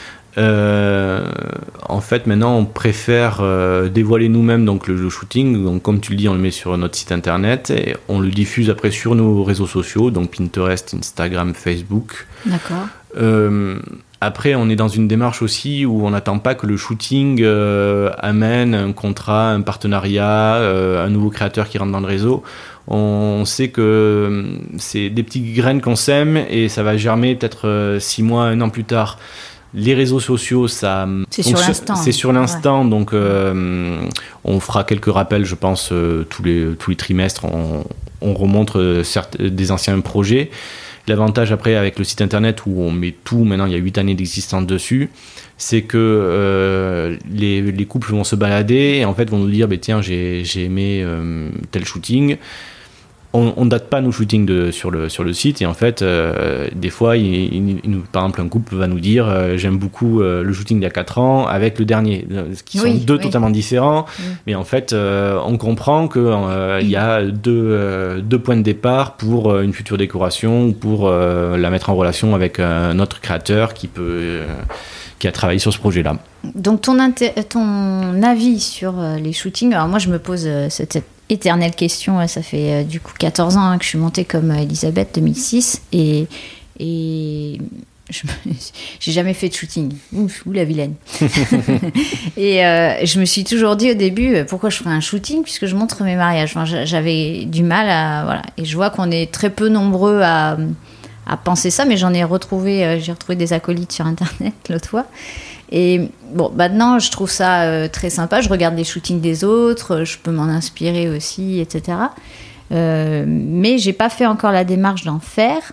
En fait, maintenant, on préfère dévoiler nous-mêmes donc le shooting. Donc, comme tu le dis, on le met sur notre site internet et on le diffuse après sur nos réseaux sociaux, donc Pinterest, Instagram, Facebook. D'accord. Après, on est dans une démarche aussi où on n'attend pas que le shooting amène un contrat, un partenariat, un nouveau créateur qui rentre dans le réseau. On sait que c'est des petites graines qu'on sème et ça va germer peut-être 6 mois, 1 an plus tard. Les réseaux sociaux, c'est sur l'instant. C'est sur l'instant, donc on fera quelques rappels, je pense, tous les trimestres. On remontre des anciens projets. L'avantage après avec le site internet où on met tout, maintenant il y a 8 années d'existence dessus, c'est que les couples vont se balader et en fait vont nous dire tiens j'ai aimé tel shooting. On date pas nos shootings sur le site et en fait des fois par exemple un couple va nous dire j'aime beaucoup le shooting d'il y a 4 ans avec le dernier, qui sont deux totalement différents, mais en fait on comprend que il y a deux points de départ pour une future décoration ou pour la mettre en relation avec un autre créateur qui a travaillé sur ce projet-là. Donc ton avis sur les shootings, alors moi je me pose cette éternelle question, ça fait du coup 14 ans que je suis montée comme Elisabeth, 2006, et j'ai jamais fait de shooting. Ouh la vilaine. Et je me suis toujours dit au début, pourquoi je ferais un shooting puisque je montre mes mariages. Enfin, j'avais du mal à... Voilà. Et je vois qu'on est très peu nombreux à penser ça, mais j'ai retrouvé des acolytes sur Internet l'autre fois. Et bon, maintenant, je trouve ça très sympa. Je regarde les shootings des autres, je peux m'en inspirer aussi, etc. Mais j'ai pas fait encore la démarche d'en faire.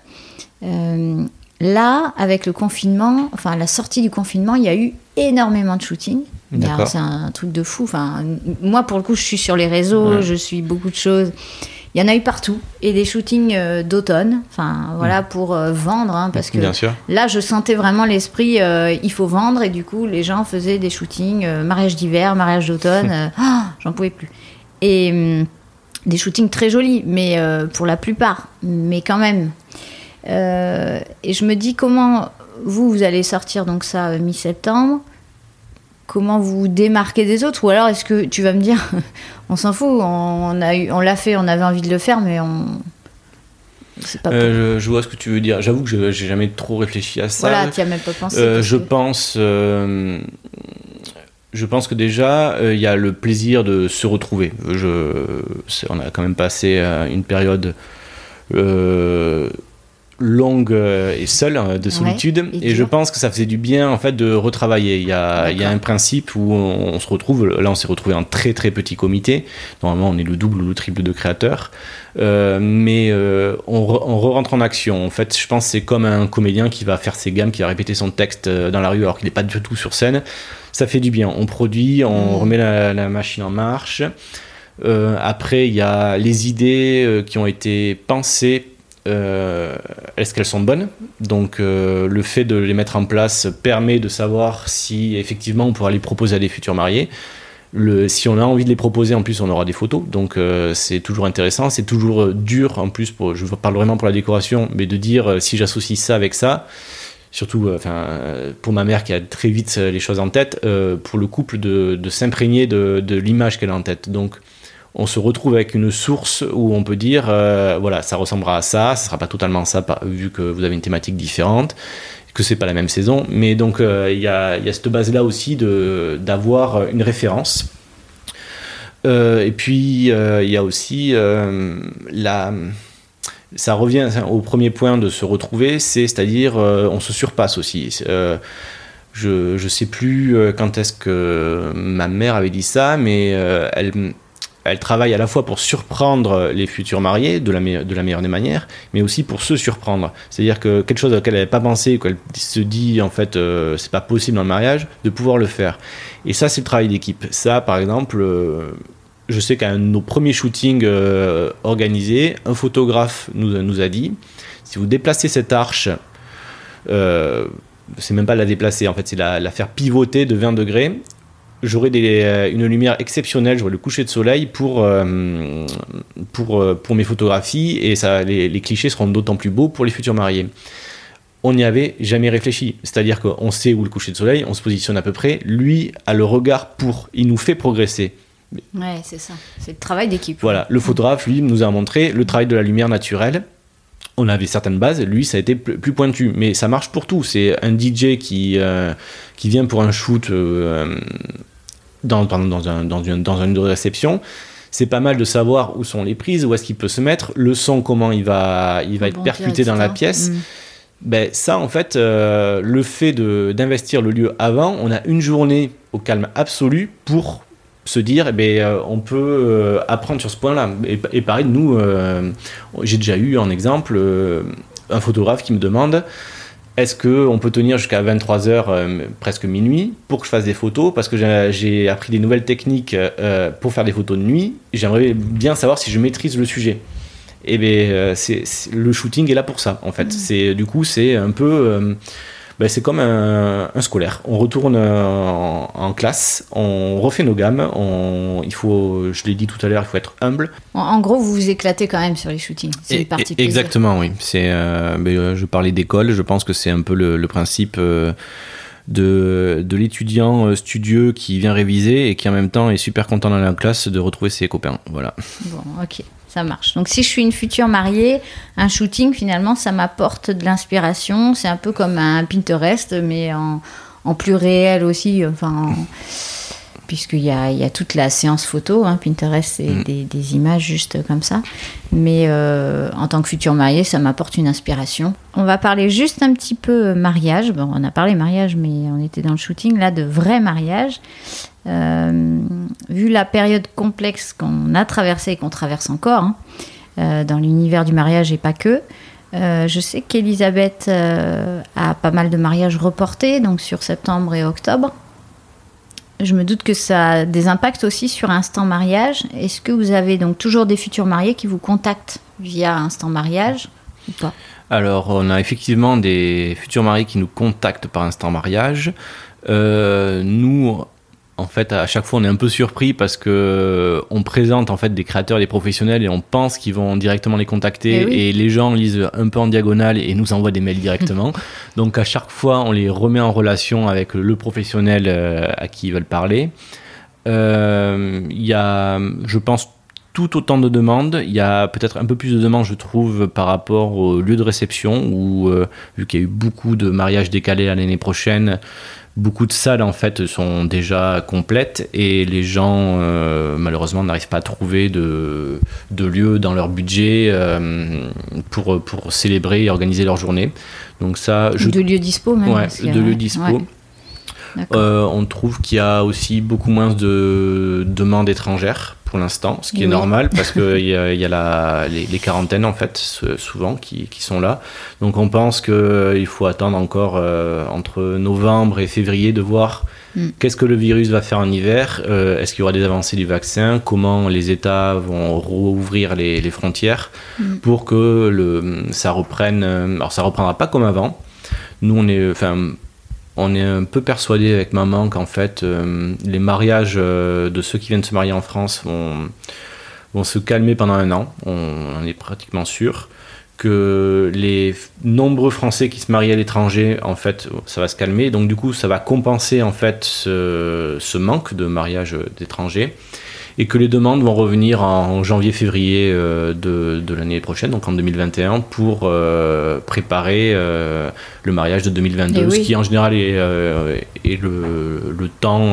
Là, avec le confinement, enfin la sortie du confinement, il y a eu énormément de shootings. D'accord. C'est un truc de fou. Enfin, moi, pour le coup, je suis sur les réseaux, je suis beaucoup de choses. Il y en a eu partout, et des shootings d'automne, enfin voilà, pour vendre, parce que bien sûr. Là je sentais vraiment l'esprit, il faut vendre, et du coup les gens faisaient des shootings, mariage d'hiver, mariage d'automne, j'en pouvais plus. Et des shootings très jolis, mais pour la plupart, mais quand même. Et je me dis comment vous allez sortir donc ça mi-septembre. Comment vous vous démarquez des autres, ou alors est-ce que tu vas me dire on s'en fout, on l'a fait, on avait envie de le faire, mais c'est pas je vois ce que tu veux dire. J'avoue que j'ai jamais trop réfléchi à ça. Voilà, tu n'y as même pas pensé. Je pense que déjà il y a le plaisir de se retrouver. On a quand même passé une période longue et seule de solitude, et je pense que ça faisait du bien en fait de retravailler. Il y a un principe où on se retrouve, là on s'est retrouvé en très très petit comité, normalement on est le double ou le triple de créateurs, mais on re-rentre en action. En fait je pense que c'est comme un comédien qui va faire ses gammes, qui va répéter son texte dans la rue alors qu'il n'est pas du tout sur scène. Ça fait du bien, on produit, on remet la machine en marche. Après il y a les idées qui ont été pensées. Est-ce qu'elles sont bonnes? Donc le fait de les mettre en place permet de savoir si effectivement on pourra les proposer à des futurs mariés. Si on a envie de les proposer, en plus on aura des photos, donc c'est toujours intéressant. C'est toujours dur en plus, je parle vraiment pour la décoration, mais de dire si j'associe ça avec ça, surtout pour ma mère qui a très vite les choses en tête, pour le couple de s'imprégner de l'image qu'elle a en tête. Donc on se retrouve avec une source où on peut dire voilà, ça ressemblera à ça, ça sera pas totalement ça vu que vous avez une thématique différente, que c'est pas la même saison, mais donc il y a cette base là aussi d'avoir une référence. Et puis il y a aussi ça revient au premier point de se retrouver, c'est-à-dire on se surpasse aussi. Je sais plus quand est-ce que ma mère avait dit ça, mais elle travaille à la fois pour surprendre les futurs mariés de la meilleure des manières, mais aussi pour se surprendre. C'est-à-dire que quelque chose auquel elle n'avait pas pensé, qu'elle se dit en fait c'est pas possible dans le mariage, de pouvoir le faire. Et ça c'est le travail d'équipe. Ça par exemple, je sais qu'à un de nos premiers shootings organisés, un photographe nous a dit si vous déplacez cette arche, c'est même pas la déplacer en fait, c'est la faire pivoter de 20 degrés. J'aurai une lumière exceptionnelle, j'aurai le coucher de soleil pour mes photographies, et les clichés seront d'autant plus beaux pour les futurs mariés. On n'y avait jamais réfléchi, c'est-à-dire qu'on sait où le coucher de soleil, on se positionne à peu près, lui a le regard il nous fait progresser. Ouais, c'est ça, c'est le travail d'équipe. Voilà, le photographe, lui, nous a montré le travail de la lumière naturelle. on avait certaines bases, lui ça a été plus pointu, mais ça marche pour tout. C'est un DJ qui vient pour un shoot dans une réception. C'est pas mal de savoir où sont les prises, où est-ce qu'il peut se mettre, le son, comment il va être percuté dans la pièce. Ben, ça, en fait, le fait d'investir le lieu avant, on a une journée au calme absolu pour se dire, on peut apprendre sur ce point-là. Et pareil, nous, j'ai déjà eu en exemple un photographe qui me demande est-ce qu'on peut tenir jusqu'à 23h, presque minuit, pour que je fasse des photos, parce que j'ai appris des nouvelles techniques pour faire des photos de nuit. J'aimerais bien savoir si je maîtrise le sujet. Et le shooting est là pour ça, en fait. Du coup, c'est un peu... c'est comme un scolaire. On retourne en classe, on refait nos gammes, je l'ai dit tout à l'heure, il faut être humble. En gros, vous vous éclatez quand même sur les shootings. C'est parti plaisir. Exactement, oui. Je parlais d'école, je pense que c'est un peu le principe de l'étudiant studieux qui vient réviser et qui en même temps est super content dans la classe de retrouver ses copains. Voilà. Bon, ok. Ça marche. Donc, si je suis une future mariée, un shooting, finalement, ça m'apporte de l'inspiration. C'est un peu comme un Pinterest, mais en plus réel aussi. Puisqu'il y a toute la séance photo. Pinterest, c'est des images juste comme ça. Mais en tant que future mariée, ça m'apporte une inspiration. On va parler juste un petit peu mariage. Bon, on a parlé mariage, mais on était dans le shooting, là, de vrai mariage. Vu la période complexe qu'on a traversée et qu'on traverse encore dans l'univers du mariage et pas que, je sais qu'Elisabeth a pas mal de mariages reportés, donc sur septembre et octobre. Je me doute que ça a des impacts aussi sur Instant Mariage. Est-ce que vous avez donc toujours des futurs mariés qui vous contactent via Instant Mariage ou pas ? Alors, on a effectivement des futurs mariés qui nous contactent par Instant Mariage. Nous, en fait, à chaque fois, on est un peu surpris parce que on présente en fait des créateurs et des professionnels et on pense qu'ils vont directement les contacter et les gens lisent un peu en diagonale et nous envoient des mails directement. Donc, à chaque fois, on les remet en relation avec le professionnel à qui ils veulent parler. Il y a, je pense, tout autant de demandes. Il y a peut-être un peu plus de demandes, je trouve, par rapport au lieu de réception où, vu qu'il y a eu beaucoup de mariages décalés à l'année prochaine, beaucoup de salles en fait sont déjà complètes et les gens malheureusement n'arrivent pas à trouver de lieu dans leur budget pour célébrer et organiser leur journée. Donc ça, de lieux dispo même. Ouais, de lieux dispo. Ouais. On trouve qu'il y a aussi beaucoup moins de demandes étrangères pour l'instant, ce qui est normal parce qu'il y a les quarantaines en fait souvent qui sont là. Donc on pense qu'il faut attendre encore entre novembre et février de voir qu'est-ce que le virus va faire en hiver, est-ce qu'il y aura des avancées du vaccin, comment les États vont rouvrir les frontières pour que ça reprenne. Alors ça reprendra pas comme avant. Nous on est un peu persuadé avec maman qu'en fait les mariages de ceux qui viennent se marier en France vont se calmer pendant un an. On en est pratiquement sûr que les nombreux Français qui se marient à l'étranger, en fait, ça va se calmer. Donc du coup, ça va compenser en fait ce manque de mariage d'étrangers. Et que les demandes vont revenir en janvier-février de l'année prochaine, donc en 2021, pour préparer le mariage de 2022, ce qui en général est le temps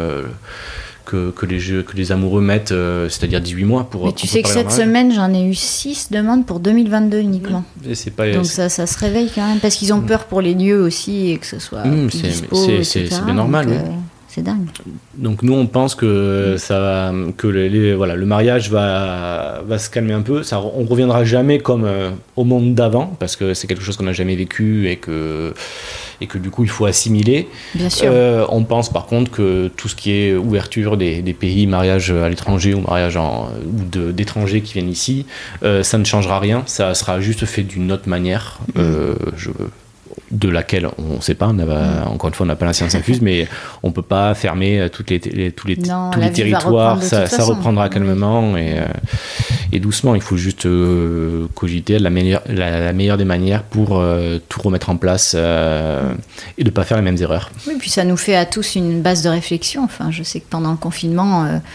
que les amoureux mettent, c'est-à-dire 18 mois pour. Mais tu sais que cette semaine, j'en ai eu 6 demandes pour 2022 uniquement. Et c'est pas, donc ça se réveille quand même, parce qu'ils ont peur pour les lieux aussi, et que ce soit dispo, etc. C'est bien normal, oui. C'est dingue. Donc nous on pense que le mariage va se calmer un peu. On reviendra jamais comme au monde d'avant parce que c'est quelque chose qu'on n'a jamais vécu et que du coup il faut assimiler. Bien sûr. On pense par contre que tout ce qui est ouverture des pays, mariage à l'étranger ou mariage d'étrangers qui viennent ici, ça ne changera rien. Ça sera juste fait d'une autre manière. De laquelle on ne sait pas, encore une fois on n'a pas la science infuse, mais on ne peut pas fermer tous les territoires, ça reprendra calmement et doucement. Il faut juste cogiter la meilleure des manières pour tout remettre en place et de ne pas faire les mêmes erreurs. Oui, puis ça nous fait à tous une base de réflexion. Enfin, je sais que pendant le confinement,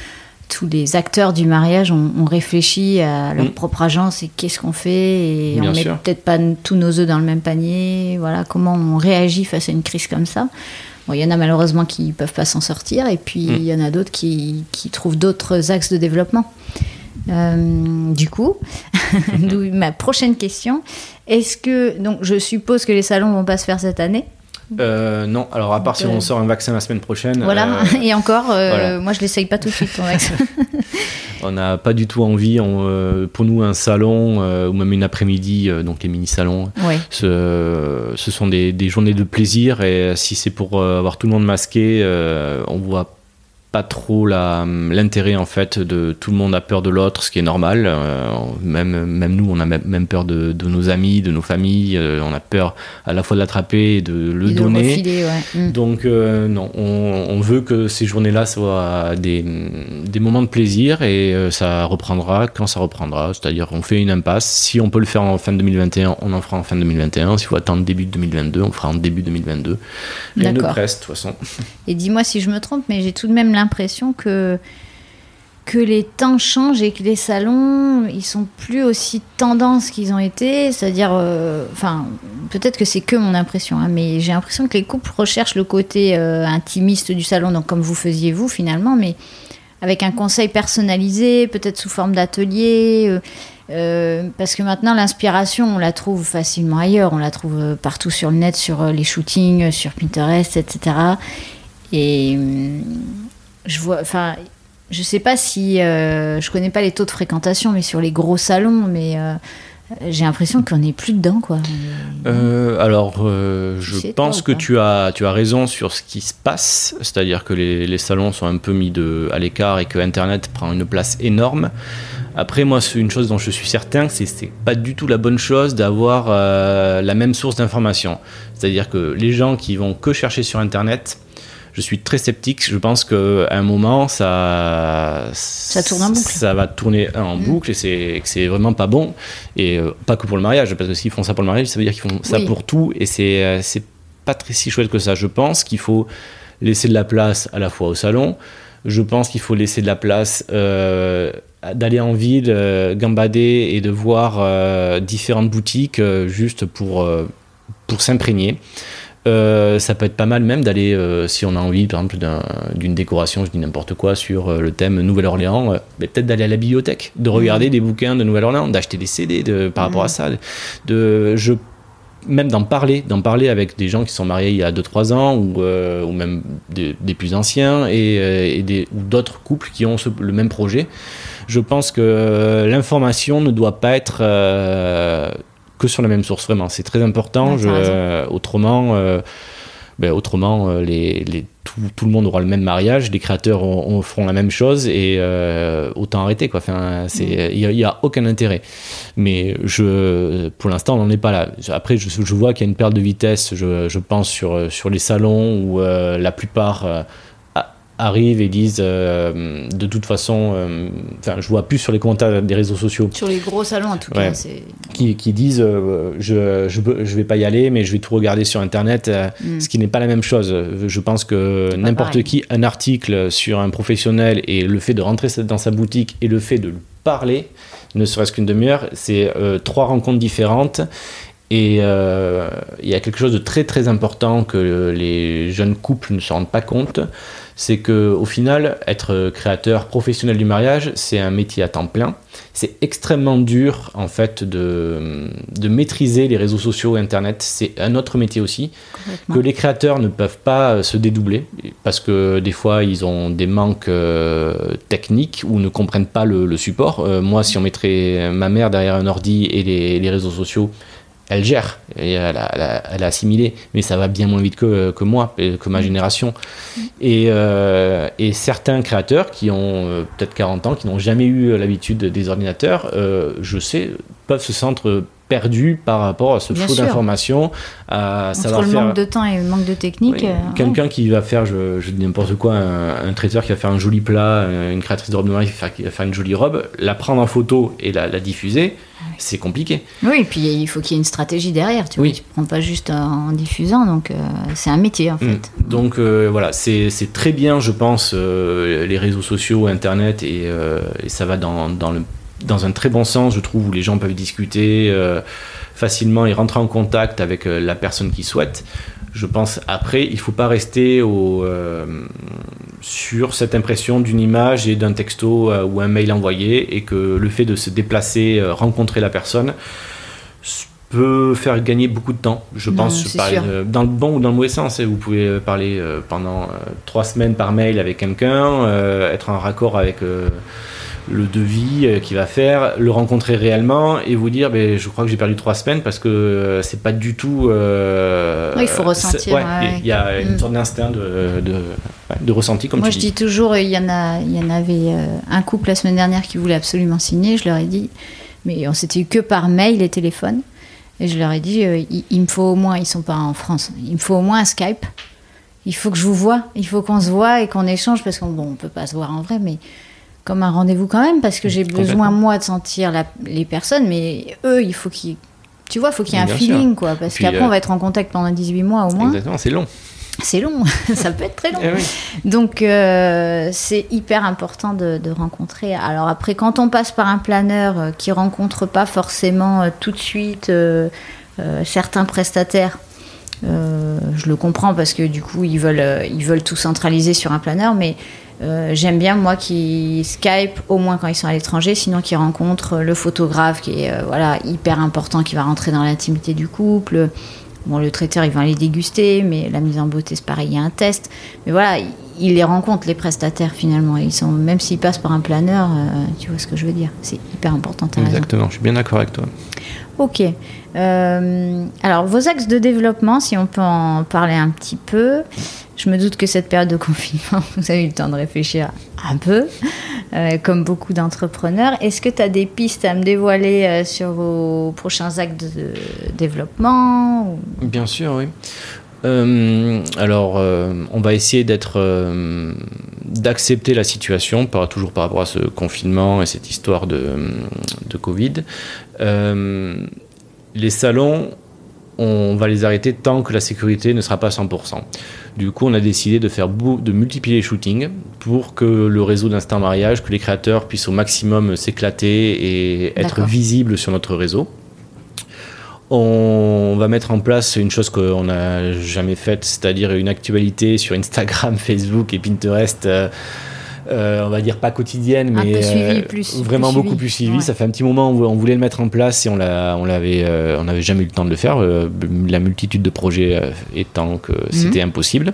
tous les acteurs du mariage ont réfléchi à leur propre agence et qu'est-ce qu'on fait, et Bien on met sûr. peut-être pas tous nos œufs dans le même panier. Voilà, comment on réagit face à une crise comme ça. Bon, il y en a malheureusement qui ne peuvent pas s'en sortir, et puis il y en a d'autres qui trouvent d'autres axes de développement. Du coup, d'où ma prochaine question. Est-ce que, donc je suppose que les salons vont pas se faire cette année? Non, alors à part si on sort un vaccin la semaine prochaine. Voilà, et encore, voilà. moi je l'essaye pas tout de suite ton vaccin. On n'a pas du tout envie, pour nous un salon ou même une après-midi, donc les mini-salons, Ouais. ce sont des journées de plaisir, et si c'est pour avoir tout le monde masqué, on voit pas trop l'intérêt en fait. De tout le monde a peur de l'autre, ce qui est normal. Même nous, on a même peur de nos amis, de nos familles. On a peur à la fois de l'attraper et de le donner. De le refiler, ouais. Donc non, on veut que ces journées-là soient des moments de plaisir, et ça reprendra quand ça reprendra. C'est-à-dire on fait une impasse. Si on peut le faire en fin 2021, on en fera en fin 2021. S'il faut attendre début 2022, on fera en début 2022. Rien de presse, de toute façon. Et dis-moi si je me trompe, mais j'ai tout de même l'impression que les temps changent et que les salons, ils sont plus aussi tendance qu'ils ont été. C'est-à-dire, enfin, peut-être que c'est que mon impression, hein, mais j'ai l'impression que les couples recherchent le côté intimiste du salon, donc comme vous faisiez vous finalement, mais avec un conseil personnalisé, peut-être sous forme d'atelier. Parce que maintenant, l'inspiration, on la trouve facilement ailleurs. On la trouve partout sur le net, sur les shootings, sur Pinterest, etc. Et je sais pas si je connais pas les taux de fréquentation, mais sur les gros salons, mais j'ai l'impression qu'on n'est plus dedans, quoi. Je pense que tu as raison sur ce qui se passe, c'est-à-dire que les salons sont un peu mis à l'écart et que Internet prend une place énorme. Après, moi, c'est une chose dont je suis certain, c'est pas du tout la bonne chose d'avoir la même source d'information. C'est-à-dire que les gens qui vont que chercher sur Internet, je suis très sceptique. Je pense qu'à un moment, ça tourne en boucle. Ça va tourner en boucle, et que c'est vraiment pas bon. Et pas que pour le mariage, parce que s'ils font ça pour le mariage, ça veut dire qu'ils font ça pour tout. Et c'est pas très si chouette que ça. Je pense qu'il faut laisser de la place à la fois au salon. Je pense qu'il faut laisser de la place d'aller en ville, gambader et de voir différentes boutiques juste pour s'imprégner. Ça peut être pas mal même d'aller, si on a envie par exemple d'une décoration, je dis n'importe quoi, sur le thème Nouvelle-Orléans, peut-être d'aller à la bibliothèque, de regarder des bouquins de Nouvelle-Orléans, d'acheter des CD par rapport à ça, même d'en parler avec des gens qui sont mariés il y a 2-3 ans ou même des plus anciens ou d'autres couples qui ont le même projet. Je pense que l'information ne doit pas être que sur la même source, vraiment, c'est très important. Autrement, tout le monde aura le même mariage, les créateurs feront la même chose, et autant arrêter, quoi. Enfin, il y a aucun intérêt. Mais pour l'instant, on n'en est pas là. Après, je vois qu'il y a une perte de vitesse. Je pense sur les salons où la plupart arrivent et disent de toute façon, je vois plus sur les commentaires des réseaux sociaux, sur les gros salons en tout cas, qui disent je vais pas y aller, mais je vais tout regarder sur Internet, ce qui n'est pas la même chose. Je pense que n'importe qui, un article sur un professionnel, et le fait de rentrer dans sa boutique et le fait de parler, ne serait-ce qu'une demi-heure, c'est 3 rencontres différentes. Et il y a quelque chose de très très important que les jeunes couples ne se rendent pas compte, c'est qu'au final, être créateur professionnel du mariage, c'est un métier à temps plein. C'est extrêmement dur en fait de maîtriser les réseaux sociaux et Internet. C'est un autre métier aussi, que les créateurs ne peuvent pas se dédoubler, parce que des fois ils ont des manques techniques ou ne comprennent pas le support. Moi, si on mettrait ma mère derrière un ordi et les réseaux sociaux, elle gère, et elle a assimilé, mais ça va bien moins vite que moi, que ma génération. Et certains créateurs qui ont peut-être 40 ans, qui n'ont jamais eu l'habitude des ordinateurs, je sais, peuvent se sentir perdus par rapport à ce flot d'informations. Entre le manque de temps et le manque de technique. Quelqu'un qui va faire, je dis n'importe quoi, un traiteur qui va faire un joli plat, une créatrice de robe de mariée qui va faire une jolie robe, la prendre en photo et la diffuser, c'est compliqué. Oui, et puis il faut qu'il y ait une stratégie derrière, tu vois, tu prends pas juste en diffusant, donc c'est un métier en fait. Donc voilà, c'est très bien, je pense, les réseaux sociaux, Internet, et ça va dans un très bon sens, je trouve, où les gens peuvent discuter facilement et rentrer en contact avec la personne qu'ils souhaitent. Je pense, après, il ne faut pas rester sur cette impression d'une image et d'un texto ou un mail envoyé, et que le fait de se déplacer, rencontrer la personne, peut faire gagner beaucoup de temps, je pense, dans le bon ou dans le mauvais sens. Vous pouvez parler pendant 3 semaines par mail avec quelqu'un, être en raccord avec le devis qu'il va faire, le rencontrer réellement et vous dire je crois que j'ai perdu 3 semaines parce que c'est pas du tout... il faut ressentir. Il y a une sorte d'instinct de ressenti, comme Moi, tu dis. Moi, je dis toujours, il y en avait un couple la semaine dernière qui voulait absolument signer. Je leur ai dit, mais on s'était eu que par mail et téléphone. Et je leur ai dit, il me faut au moins, ils sont pas en France, il me faut au moins un Skype. Il faut que je vous voie, il faut qu'on se voie et qu'on échange, parce qu'on peut pas se voir en vrai, mais comme un rendez-vous quand même, parce que j'ai besoin, moi, de sentir les personnes, mais eux, il faut qu'il y ait un feeling, quoi, parce qu'après, on va être en contact pendant 18 mois au moins. Exactement, c'est long. C'est long, ça peut être très long. Oui. Donc, c'est hyper important de rencontrer. Alors après, quand on passe par un planeur qui rencontre pas forcément tout de suite certains prestataires, je le comprends, parce que du coup, ils veulent tout centraliser sur un planeur, mais j'aime bien, moi, qu'ils Skype au moins quand ils sont à l'étranger, sinon qu'ils rencontrent le photographe qui est hyper important, qui va rentrer dans l'intimité du couple. Bon, le traiteur, il va les déguster, mais la mise en beauté, c'est pareil, il y a un test. Mais voilà, il les rencontre, les prestataires, finalement. Même s'ils passent par un planeur, tu vois ce que je veux dire. C'est hyper important, t'as raison. Exactement, je suis bien d'accord avec toi. Ok. Alors, vos axes de développement, si on peut en parler un petit peu. Je me doute que cette période de confinement, vous avez eu le temps de réfléchir un peu, comme beaucoup d'entrepreneurs. Est-ce que tu as des pistes à me dévoiler sur vos prochains axes de développement ou... Bien sûr, oui. Alors, on va essayer d'accepter la situation, toujours par rapport à ce confinement et cette histoire de Covid. Les salons, on va les arrêter tant que la sécurité ne sera pas à 100%. Du coup, on a décidé de multiplier les shootings pour que le réseau d'Instant Mariage, que les créateurs puissent au maximum s'éclater et être visibles sur notre réseau. On va mettre en place une chose qu'on n'a jamais faite, c'est-à-dire une actualité sur Instagram, Facebook et Pinterest, on va dire pas quotidienne, mais vraiment beaucoup plus suivi. Ouais. Ça fait un petit moment où on voulait le mettre en place et on n'avait jamais eu le temps de le faire, la multitude de projets étant que c'était impossible.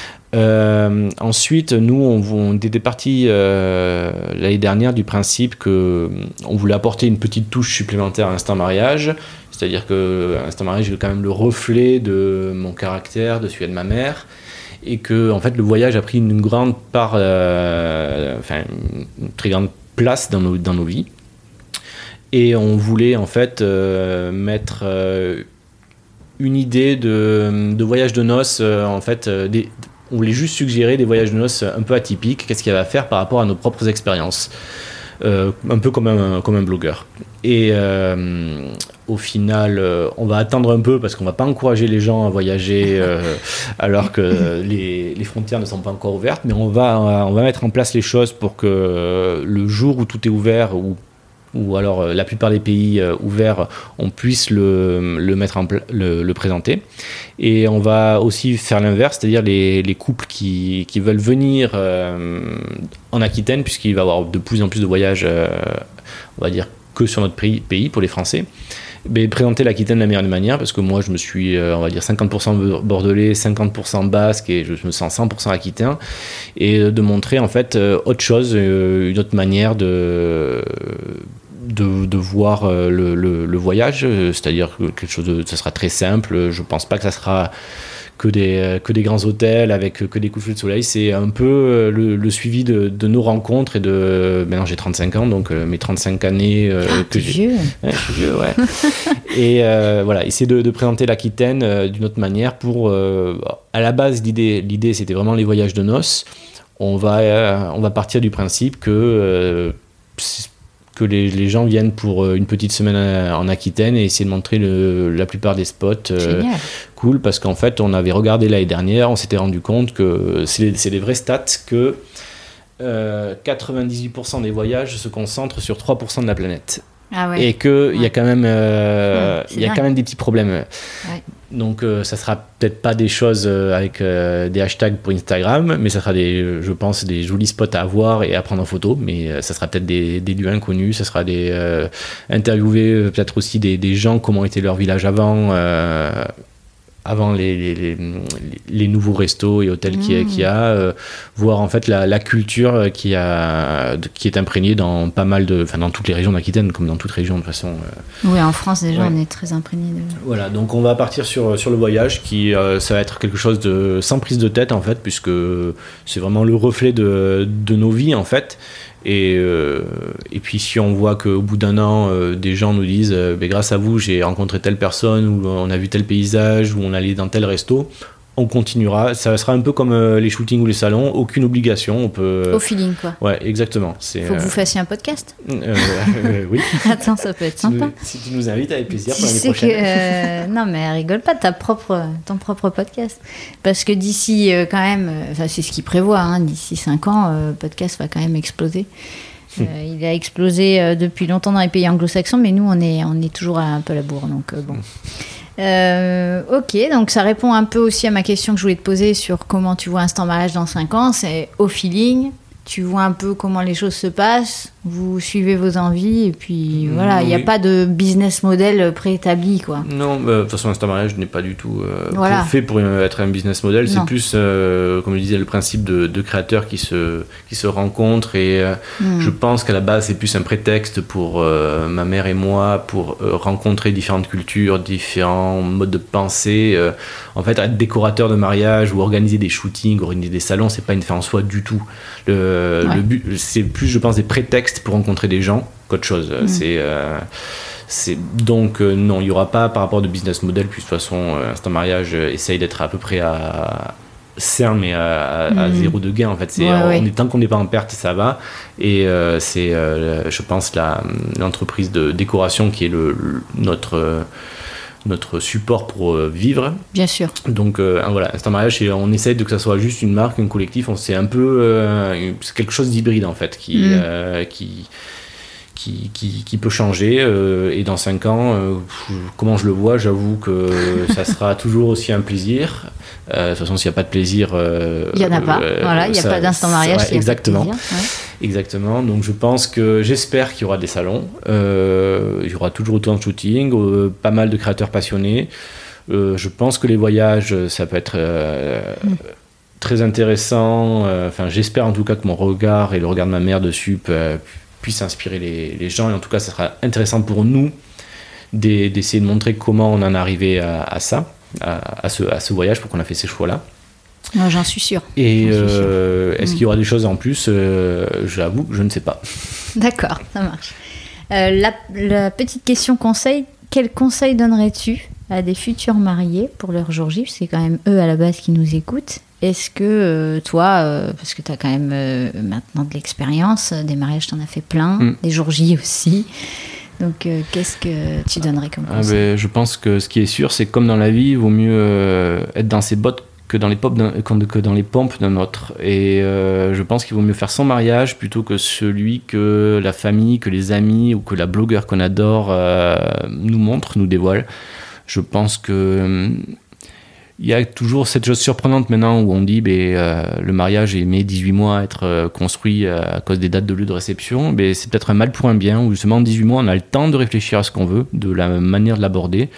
Ensuite, nous, on était partis l'année dernière du principe qu'on voulait apporter une petite touche supplémentaire à Instant Mariage. C'est-à-dire que Instant Mariage est quand même le reflet de mon caractère, de celui de ma mère, et que en fait le voyage a pris une grande part, une très grande place dans nos vies. Et on voulait en fait mettre une idée de voyage de noces. On voulait juste suggérer des voyages de noces un peu atypiques. Qu'est-ce qu'il y avait à faire par rapport à nos propres expériences. Un peu comme un blogueur. Et au final, on va attendre un peu parce qu'on va pas encourager les gens à voyager alors que les frontières ne sont pas encore ouvertes, mais on va mettre en place les choses pour que le jour où tout est ouvert, ou alors la plupart des pays ouverts, on puisse le présenter. Et on va aussi faire l'inverse, c'est-à-dire les couples qui veulent venir en Aquitaine, puisqu'il va y avoir de plus en plus de voyages, on va dire que sur notre pays pour les Français, mais présenter l'Aquitaine de la meilleure manière, parce que moi je me suis, on va dire 50% bordelais, 50% basque, et je me sens 100% aquitain, et de montrer en fait autre chose, une autre manière de voir le voyage, c'est-à-dire quelque chose ça sera très simple. Je pense pas que ça sera que des grands hôtels avec que des couchers de soleil. C'est un peu le suivi de nos rencontres et maintenant j'ai 35 ans, donc mes 35 années que j'ai. Vieux. Ouais, je suis vieux, ouais. Et voilà, essayer de présenter l'Aquitaine d'une autre manière. À la base, l'idée c'était vraiment les voyages de noces. On va partir du principe que que les gens viennent pour une petite semaine en Aquitaine et essayer de montrer la plupart des spots cool, parce qu'en fait on avait regardé l'année dernière, on s'était rendu compte que c'est les vraies stats que 98% des voyages se concentrent sur 3% de la planète. Ah ouais. Et qu'il y a quand même, quand même des petits problèmes. Ouais. Donc ça sera peut-être pas des choses avec des hashtags pour Instagram, mais ça sera je pense des jolis spots à voir et à prendre en photo, mais ça sera peut-être des lieux inconnus, ça sera interviewer peut-être aussi des gens, comment était leur village avant les nouveaux restos et hôtels qu'il y a, voir en fait la culture qui est imprégnée dans pas mal dans toutes les régions d'Aquitaine, comme dans toute région de toute façon. Oui, en France déjà on est très imprégné de... Voilà, donc on va partir sur le voyage qui ça va être quelque chose sans prise de tête en fait, puisque c'est vraiment le reflet de nos vies en fait. Et puis si on voit qu'au bout d'un an des gens nous disent grâce à vous j'ai rencontré telle personne, ou on a vu tel paysage, ou on allait dans tel resto, on continuera. Ça sera un peu comme les shootings ou les salons, aucune obligation, on peut... Au feeling quoi. Ouais, exactement. Faut que vous fassiez un podcast. Oui. Attends, ça peut être sympa. Si tu nous invites, avec plaisir pour l'année prochaine. Non mais rigole pas, ton propre podcast. Parce que d'ici quand même, c'est ce qu'ils prévoient, d'ici 5 ans, le podcast va quand même exploser. Il a explosé depuis longtemps dans les pays anglo-saxons, mais nous on est toujours un peu à la bourre, donc bon. Ok, donc ça répond un peu aussi à ma question que je voulais te poser sur comment tu vois Instant Mariage dans 5 ans. C'est au feeling, tu vois un peu comment les choses se passent, vous suivez vos envies, et puis voilà, il n'y a pas de business model préétabli, quoi. Non, de toute façon, Instant Mariage n'est pas du tout fait pour être un business model. C'est plus, comme je disais, le principe de créateurs qui se rencontrent, et je pense qu'à la base, c'est plus un prétexte pour ma mère et moi, pour rencontrer différentes cultures, différents modes de pensée. En fait, être décorateur de mariage ou organiser des shootings, organiser des salons, c'est pas une fin en soi du tout. Le but, c'est plus, je pense, des prétextes pour rencontrer des gens qu'autre chose. Donc non, il n'y aura pas par rapport de business model, puis de toute façon Instant Mariage essaye d'être à peu près à CERN, mais à zéro de gain en fait. Tant qu'on n'est pas en perte, ça va. Et c'est je pense l'entreprise de décoration qui est notre support pour vivre. Bien sûr. Donc voilà, Instant Mariage, on essaie que ça soit juste une marque, un collectif. C'est un peu c'est quelque chose d'hybride en fait qui peut changer, et dans 5 ans, comment je le vois, j'avoue que ça sera toujours aussi un plaisir. De toute façon, s'il n'y a pas de plaisir, il n'y en a pas. Voilà, il n'y a pas d'Instant Mariage. Exactement. Exactement. Donc j'espère qu'il y aura des salons. Il y aura toujours autant de shooting, pas mal de créateurs passionnés. Je pense que les voyages, ça peut être très intéressant. J'espère en tout cas que mon regard et le regard de ma mère dessus puisse inspirer les gens, et en tout cas ça sera intéressant pour nous d'essayer de montrer comment on en est arrivé à ce voyage, pour qu'on a fait ces choix-là. Moi, j'en suis sûre. Et est-ce qu'il y aura des choses en plus? J'avoue, je ne sais pas. D'accord, ça marche. La petite question conseil, quel conseil donnerais-tu à des futurs mariés pour leur jour J? C'est quand même eux à la base qui nous écoutent. Est-ce que toi, parce que tu as quand même maintenant de l'expérience, des mariages, tu en as fait plein, des jours J aussi, donc qu'est-ce que tu donnerais comme conseil? Je pense que ce qui est sûr, c'est que comme dans la vie, il vaut mieux être dans ses bottes que dans les pompes d'un autre. Et je pense qu'il vaut mieux faire son mariage plutôt que celui que la famille, que les amis ou que la blogueur qu'on adore nous montre, nous dévoile. Je pense que il y a toujours cette chose surprenante maintenant où on dit le mariage met 18 mois à être construit à cause des dates de lieu de réception. C'est peut-être un mal pour un bien, où justement en 18 mois on a le temps de réfléchir à ce qu'on veut, de la manière de l'aborder.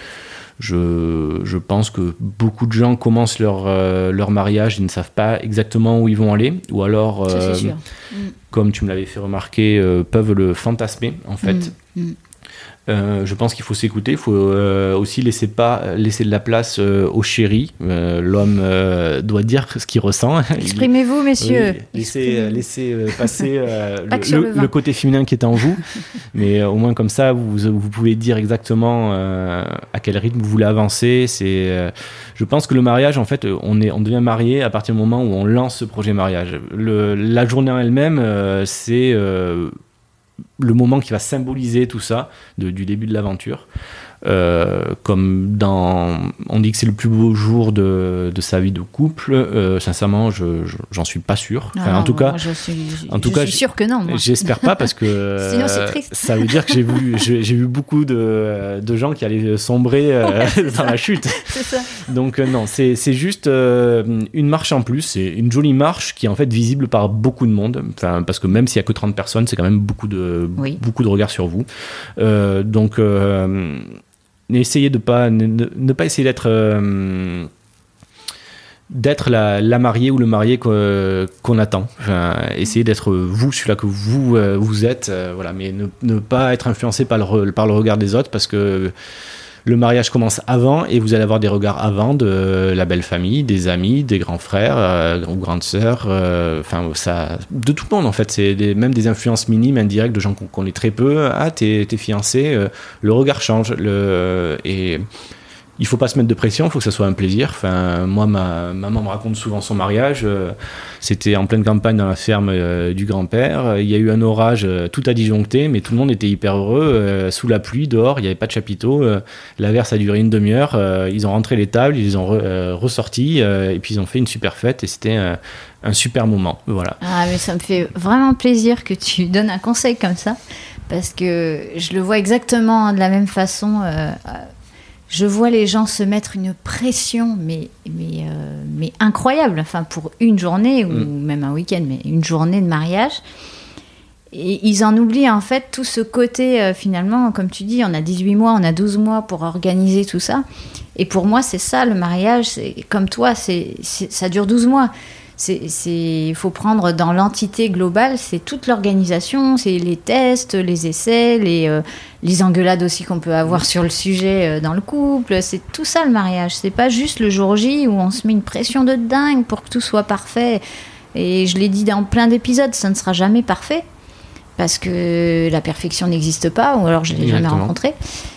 Je pense que beaucoup de gens commencent leur mariage et ne savent pas exactement où ils vont aller, ou alors, comme tu me l'avais fait remarquer, peuvent le fantasmer en fait. Je pense qu'il faut s'écouter, il faut aussi laisser de la place au chéri. L'homme doit dire ce qu'il ressent. Exprimez-vous, messieurs. Oui, laissez passer le côté féminin qui est en vous. Mais au moins comme ça, vous pouvez dire exactement à quel rythme vous voulez avancer. Je pense que le mariage, en fait, on devient marié à partir du moment où on lance ce projet mariage. La journée en elle-même, c'est... le moment qui va symboliser tout ça, du début de l'aventure. Comme on dit que c'est le plus beau jour de sa vie de couple, sincèrement j'en suis pas sûr. Enfin, en tout cas je suis sûr que non, moi. J'espère pas, parce que sinon c'est triste. Ça veut dire que j'ai vu beaucoup de gens qui allaient sombrer dans la chute. C'est ça. Donc non, c'est juste une marche en plus, c'est une jolie marche qui est en fait visible par beaucoup de monde, enfin, parce que même s'il y a que 30 personnes, c'est quand même beaucoup de regards sur vous. Donc essayez de ne pas essayer d'être la mariée ou le marié qu'on attend. Enfin, essayez d'être vous, celui-là que vous êtes, voilà, mais ne pas être influencé par le regard des autres, parce que le mariage commence avant et vous allez avoir des regards avant de la belle famille, des amis, des grands frères ou grandes sœurs, ça, de tout le monde en fait. C'est même des influences minimes, indirectes, de gens qu'on connaît très peu. Ah, t'es fiancé, le regard change. Et il faut pas se mettre de pression, il faut que ça soit un plaisir. Enfin, moi, ma maman me raconte souvent son mariage. C'était en pleine campagne dans la ferme du grand-père. Il y a eu un orage, tout a disjoncté, mais tout le monde était hyper heureux. Sous la pluie, dehors, il n'y avait pas de chapiteau. L'averse a duré une demi-heure. Ils ont rentré les tables, ils les ont ressorties, et puis ils ont fait une super fête. Et c'était un super moment. Voilà. Ah, mais ça me fait vraiment plaisir que tu donnes un conseil comme ça, parce que je le vois exactement de la même façon. Je vois les gens se mettre une pression, mais incroyable, enfin, pour une journée ou même un week-end, mais une journée de mariage. Et ils en oublient en fait tout ce côté, finalement, comme tu dis, on a 18 mois, on a 12 mois pour organiser tout ça. Et pour moi, c'est ça, le mariage, c'est, comme toi, ça dure 12 mois. Il faut prendre dans l'entité globale, c'est toute l'organisation, c'est les tests, les essais, les engueulades aussi qu'on peut avoir sur le sujet dans le couple. C'est tout ça le mariage. C'est pas juste le jour J où on se met une pression de dingue pour que tout soit parfait. Et je l'ai dit dans plein d'épisodes, ça ne sera jamais parfait parce que la perfection n'existe pas, ou alors je l'ai jamais rencontrée.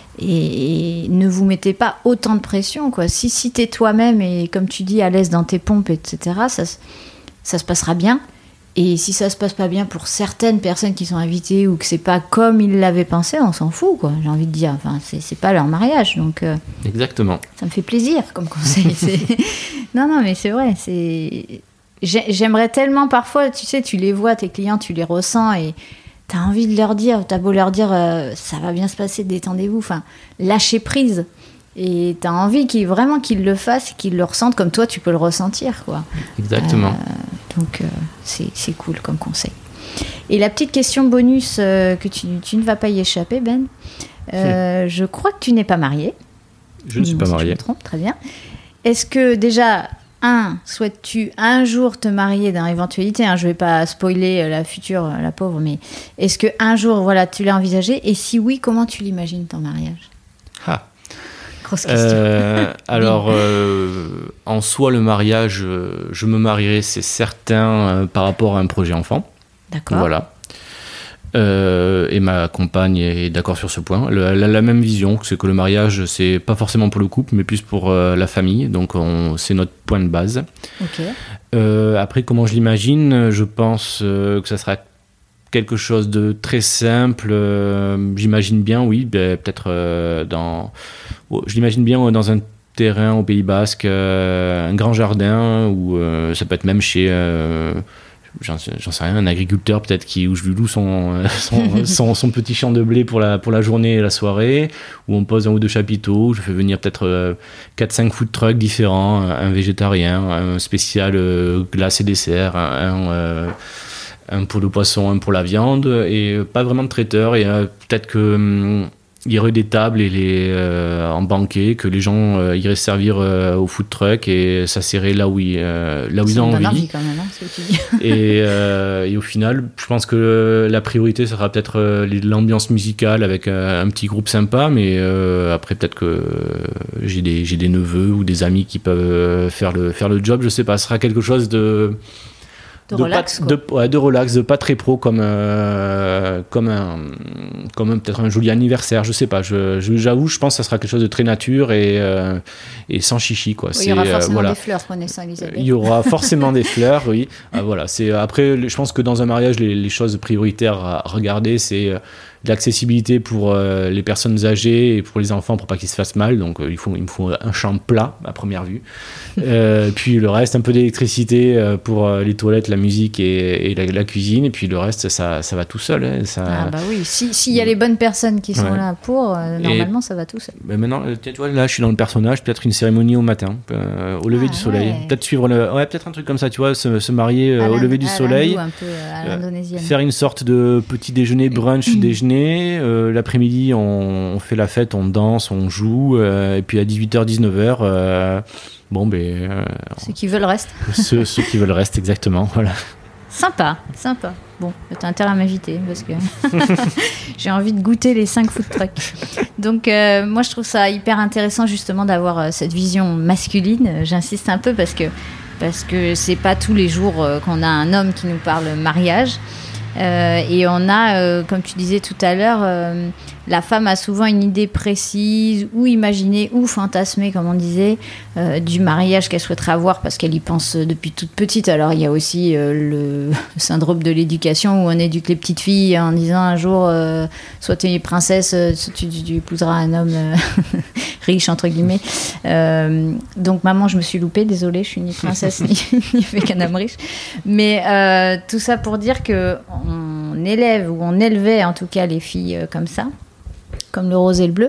Et ne vous mettez pas autant de pression, quoi. Si t'es toi-même et, comme tu dis, à l'aise dans tes pompes, etc., ça se passera bien. Et si ça se passe pas bien pour certaines personnes qui sont invitées, ou que c'est pas comme ils l'avaient pensé, on s'en fout, quoi, j'ai envie de dire. Enfin, c'est pas leur mariage, donc exactement. Ça me fait plaisir comme conseil. Non, mais c'est vrai. J'aimerais tellement, parfois, tu sais, tu les vois, tes clients, tu les ressens, et t'as envie de leur dire, t'as beau leur dire ça va bien se passer, détendez-vous, enfin, lâchez prise. Et t'as envie qu'ils le fassent, qu'ils le ressentent comme toi tu peux le ressentir, quoi. Exactement. Donc c'est cool comme conseil. Et la petite question bonus que tu ne vas pas y échapper, Ben. Je crois que tu n'es pas marié. Je ne suis pas marié. Je me trompe, très bien. Est-ce que déjà... souhaites-tu un jour te marier dans l'éventualité, je ne vais pas spoiler la future, la pauvre, mais est-ce qu'un jour, voilà, tu l'as envisagé? Et si oui, comment tu l'imagines ton mariage? Grosse question. Alors, en soi, le mariage, je me marierai, c'est certain, par rapport à un projet enfant. D'accord. Voilà. Et ma compagne est d'accord sur ce point. Elle a la même vision, c'est que le mariage, c'est pas forcément pour le couple, mais plus pour la famille. Donc c'est notre point de base. Okay. Après, comment je l'imagine, je pense que ça sera quelque chose de très simple. J'imagine bien, oui, peut-être je l'imagine bien dans un terrain au Pays Basque, un grand jardin, ou ça peut être même chez... j'en sais rien, un agriculteur peut-être où je lui loue son petit champ de blé pour la journée et la soirée, où on pose un ou deux chapiteaux, où je fais venir peut-être 4-5 food trucks différents, un végétarien, un spécial glace et dessert, un pour le poisson, un pour la viande, et pas vraiment de traiteur. Et peut-être que il y aurait des tables en banquet, que les gens iraient se servir au food truck, et ça serait là où ils ont envie. Quand même, ce que tu dis. Et au final, je pense que la priorité sera peut-être l'ambiance musicale avec un petit groupe sympa, mais après peut-être que j'ai des neveux ou des amis qui peuvent faire le job, je sais pas, ce sera quelque chose de de relax, de relax, de pas très pro comme peut-être un joli anniversaire, je sais pas. J'avoue, je pense que ça sera quelque chose de très nature et sans chichi, quoi. Il y aura forcément des fleurs, connaissant Elisabeth. Il y aura forcément des fleurs, oui. Voilà. Après, je pense que dans un mariage, les choses prioritaires à regarder, c'est l'accessibilité pour les personnes âgées et pour les enfants pour pas qu'ils se fassent mal. Donc il me faut un champ plat à première vue. Puis le reste, un peu d'électricité pour les toilettes, la musique et la cuisine. Et puis le reste, ça va tout seul. Hein, ça... Ah bah oui, s'il y a les bonnes personnes qui sont là pour, normalement ça va tout seul. Mais maintenant, tu vois, là je suis dans le personnage, peut-être une cérémonie au matin, au lever du soleil. Ouais. Peut-être suivre peut-être un truc comme ça, tu vois, se marier au lever du soleil. Un peu à l'indonésienne. Faire une sorte de petit déjeuner, brunch, déjeuner. L'après-midi, on fait la fête, on danse, on joue. Et puis à 18h, 19h, ceux qui veulent le reste. Ceux qui veulent le reste, exactement. Voilà. Sympa. Bon, t'as intérêt à m'inviter parce que j'ai envie de goûter les 5 food trucks. Donc, moi, je trouve ça hyper intéressant justement d'avoir cette vision masculine. J'insiste un peu parce que c'est pas tous les jours qu'on a un homme qui nous parle mariage. Et on a, comme tu disais tout à l'heure, la femme a souvent une idée précise ou imaginée ou fantasmée, comme on disait, du mariage qu'elle souhaiterait avoir parce qu'elle y pense depuis toute petite. Alors il y a aussi le syndrome de l'éducation où on éduque les petites filles en disant un jour soit tu es une princesse, soit tu épouseras un homme riche entre guillemets. Donc maman, je me suis loupée, désolée, je suis ni princesse ni avec un homme riche. Mais tout ça pour dire que on élève ou on élevait en tout cas les filles comme ça, comme le rose et le bleu,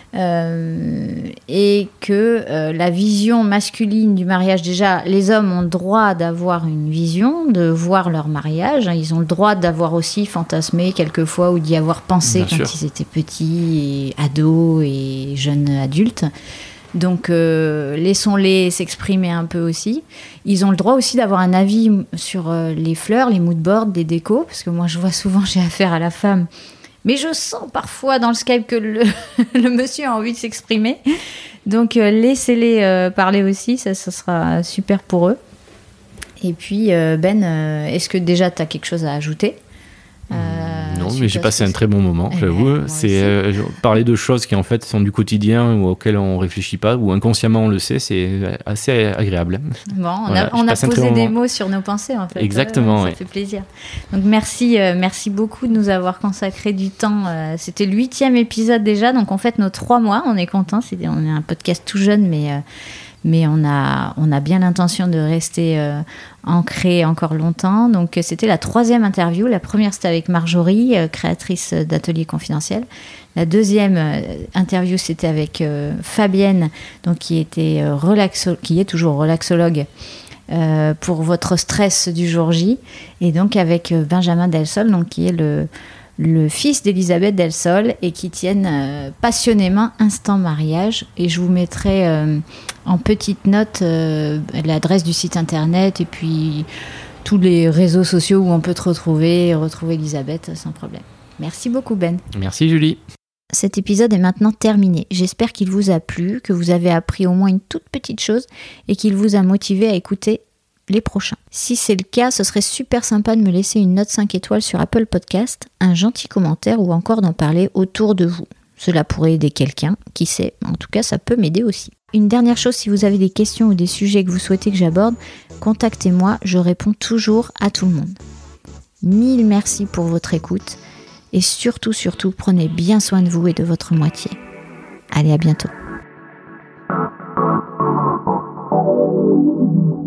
et que la vision masculine du mariage, déjà les hommes ont le droit d'avoir une vision, de voir leur mariage, ils ont le droit d'avoir aussi fantasmé quelquefois ou d'y avoir pensé quand ils étaient petits et ados et jeunes adultes. Donc laissons-les s'exprimer un peu aussi. Ils ont le droit aussi d'avoir un avis sur les fleurs, les moodboards, les décos, parce que moi je vois souvent, j'ai affaire à la femme, mais je sens parfois dans le Skype que le monsieur a envie de s'exprimer. Donc laissez-les parler aussi, ça sera super pour eux. Et puis Ben, est-ce que déjà tu as quelque chose à ajouter ? Non, mais j'ai passé un très bon moment, j'avoue. C'est parler de choses qui en fait sont du quotidien ou auxquelles on réfléchit pas ou inconsciemment on le sait, c'est assez agréable. Bon, on a posé des mots sur nos pensées en fait. Exactement, ça fait plaisir. Donc merci beaucoup de nous avoir consacré du temps. C'était le 8e épisode déjà, donc on fête nos 3 mois. On est content. On est un podcast tout jeune, mais on a bien l'intention de rester ancré encore longtemps. Donc c'était la 3e interview. La première c'était avec Marjorie, créatrice d'Atelier Confidentiel. La 2e interview c'était avec Fabienne, donc qui est toujours relaxologue pour votre stress du jour J, et donc avec Benjamin Delsol, donc qui est le fils d'Elisabeth Delsol et qui tiennent passionnément Instant Mariage. Et je vous mettrai en petite note l'adresse du site internet et puis tous les réseaux sociaux où on peut te retrouver Elisabeth sans problème. Merci beaucoup Ben. Merci Julie. Cet épisode est maintenant terminé. J'espère qu'il vous a plu, que vous avez appris au moins une toute petite chose et qu'il vous a motivé à écouter les prochains. Si c'est le cas, ce serait super sympa de me laisser une note 5 étoiles sur Apple Podcast, un gentil commentaire ou encore d'en parler autour de vous. Cela pourrait aider quelqu'un, qui sait, en tout cas ça peut m'aider aussi. Une dernière chose, si vous avez des questions ou des sujets que vous souhaitez que j'aborde, contactez-moi, je réponds toujours à tout le monde. 1000 merci pour votre écoute et surtout, prenez bien soin de vous et de votre moitié. Allez, à bientôt.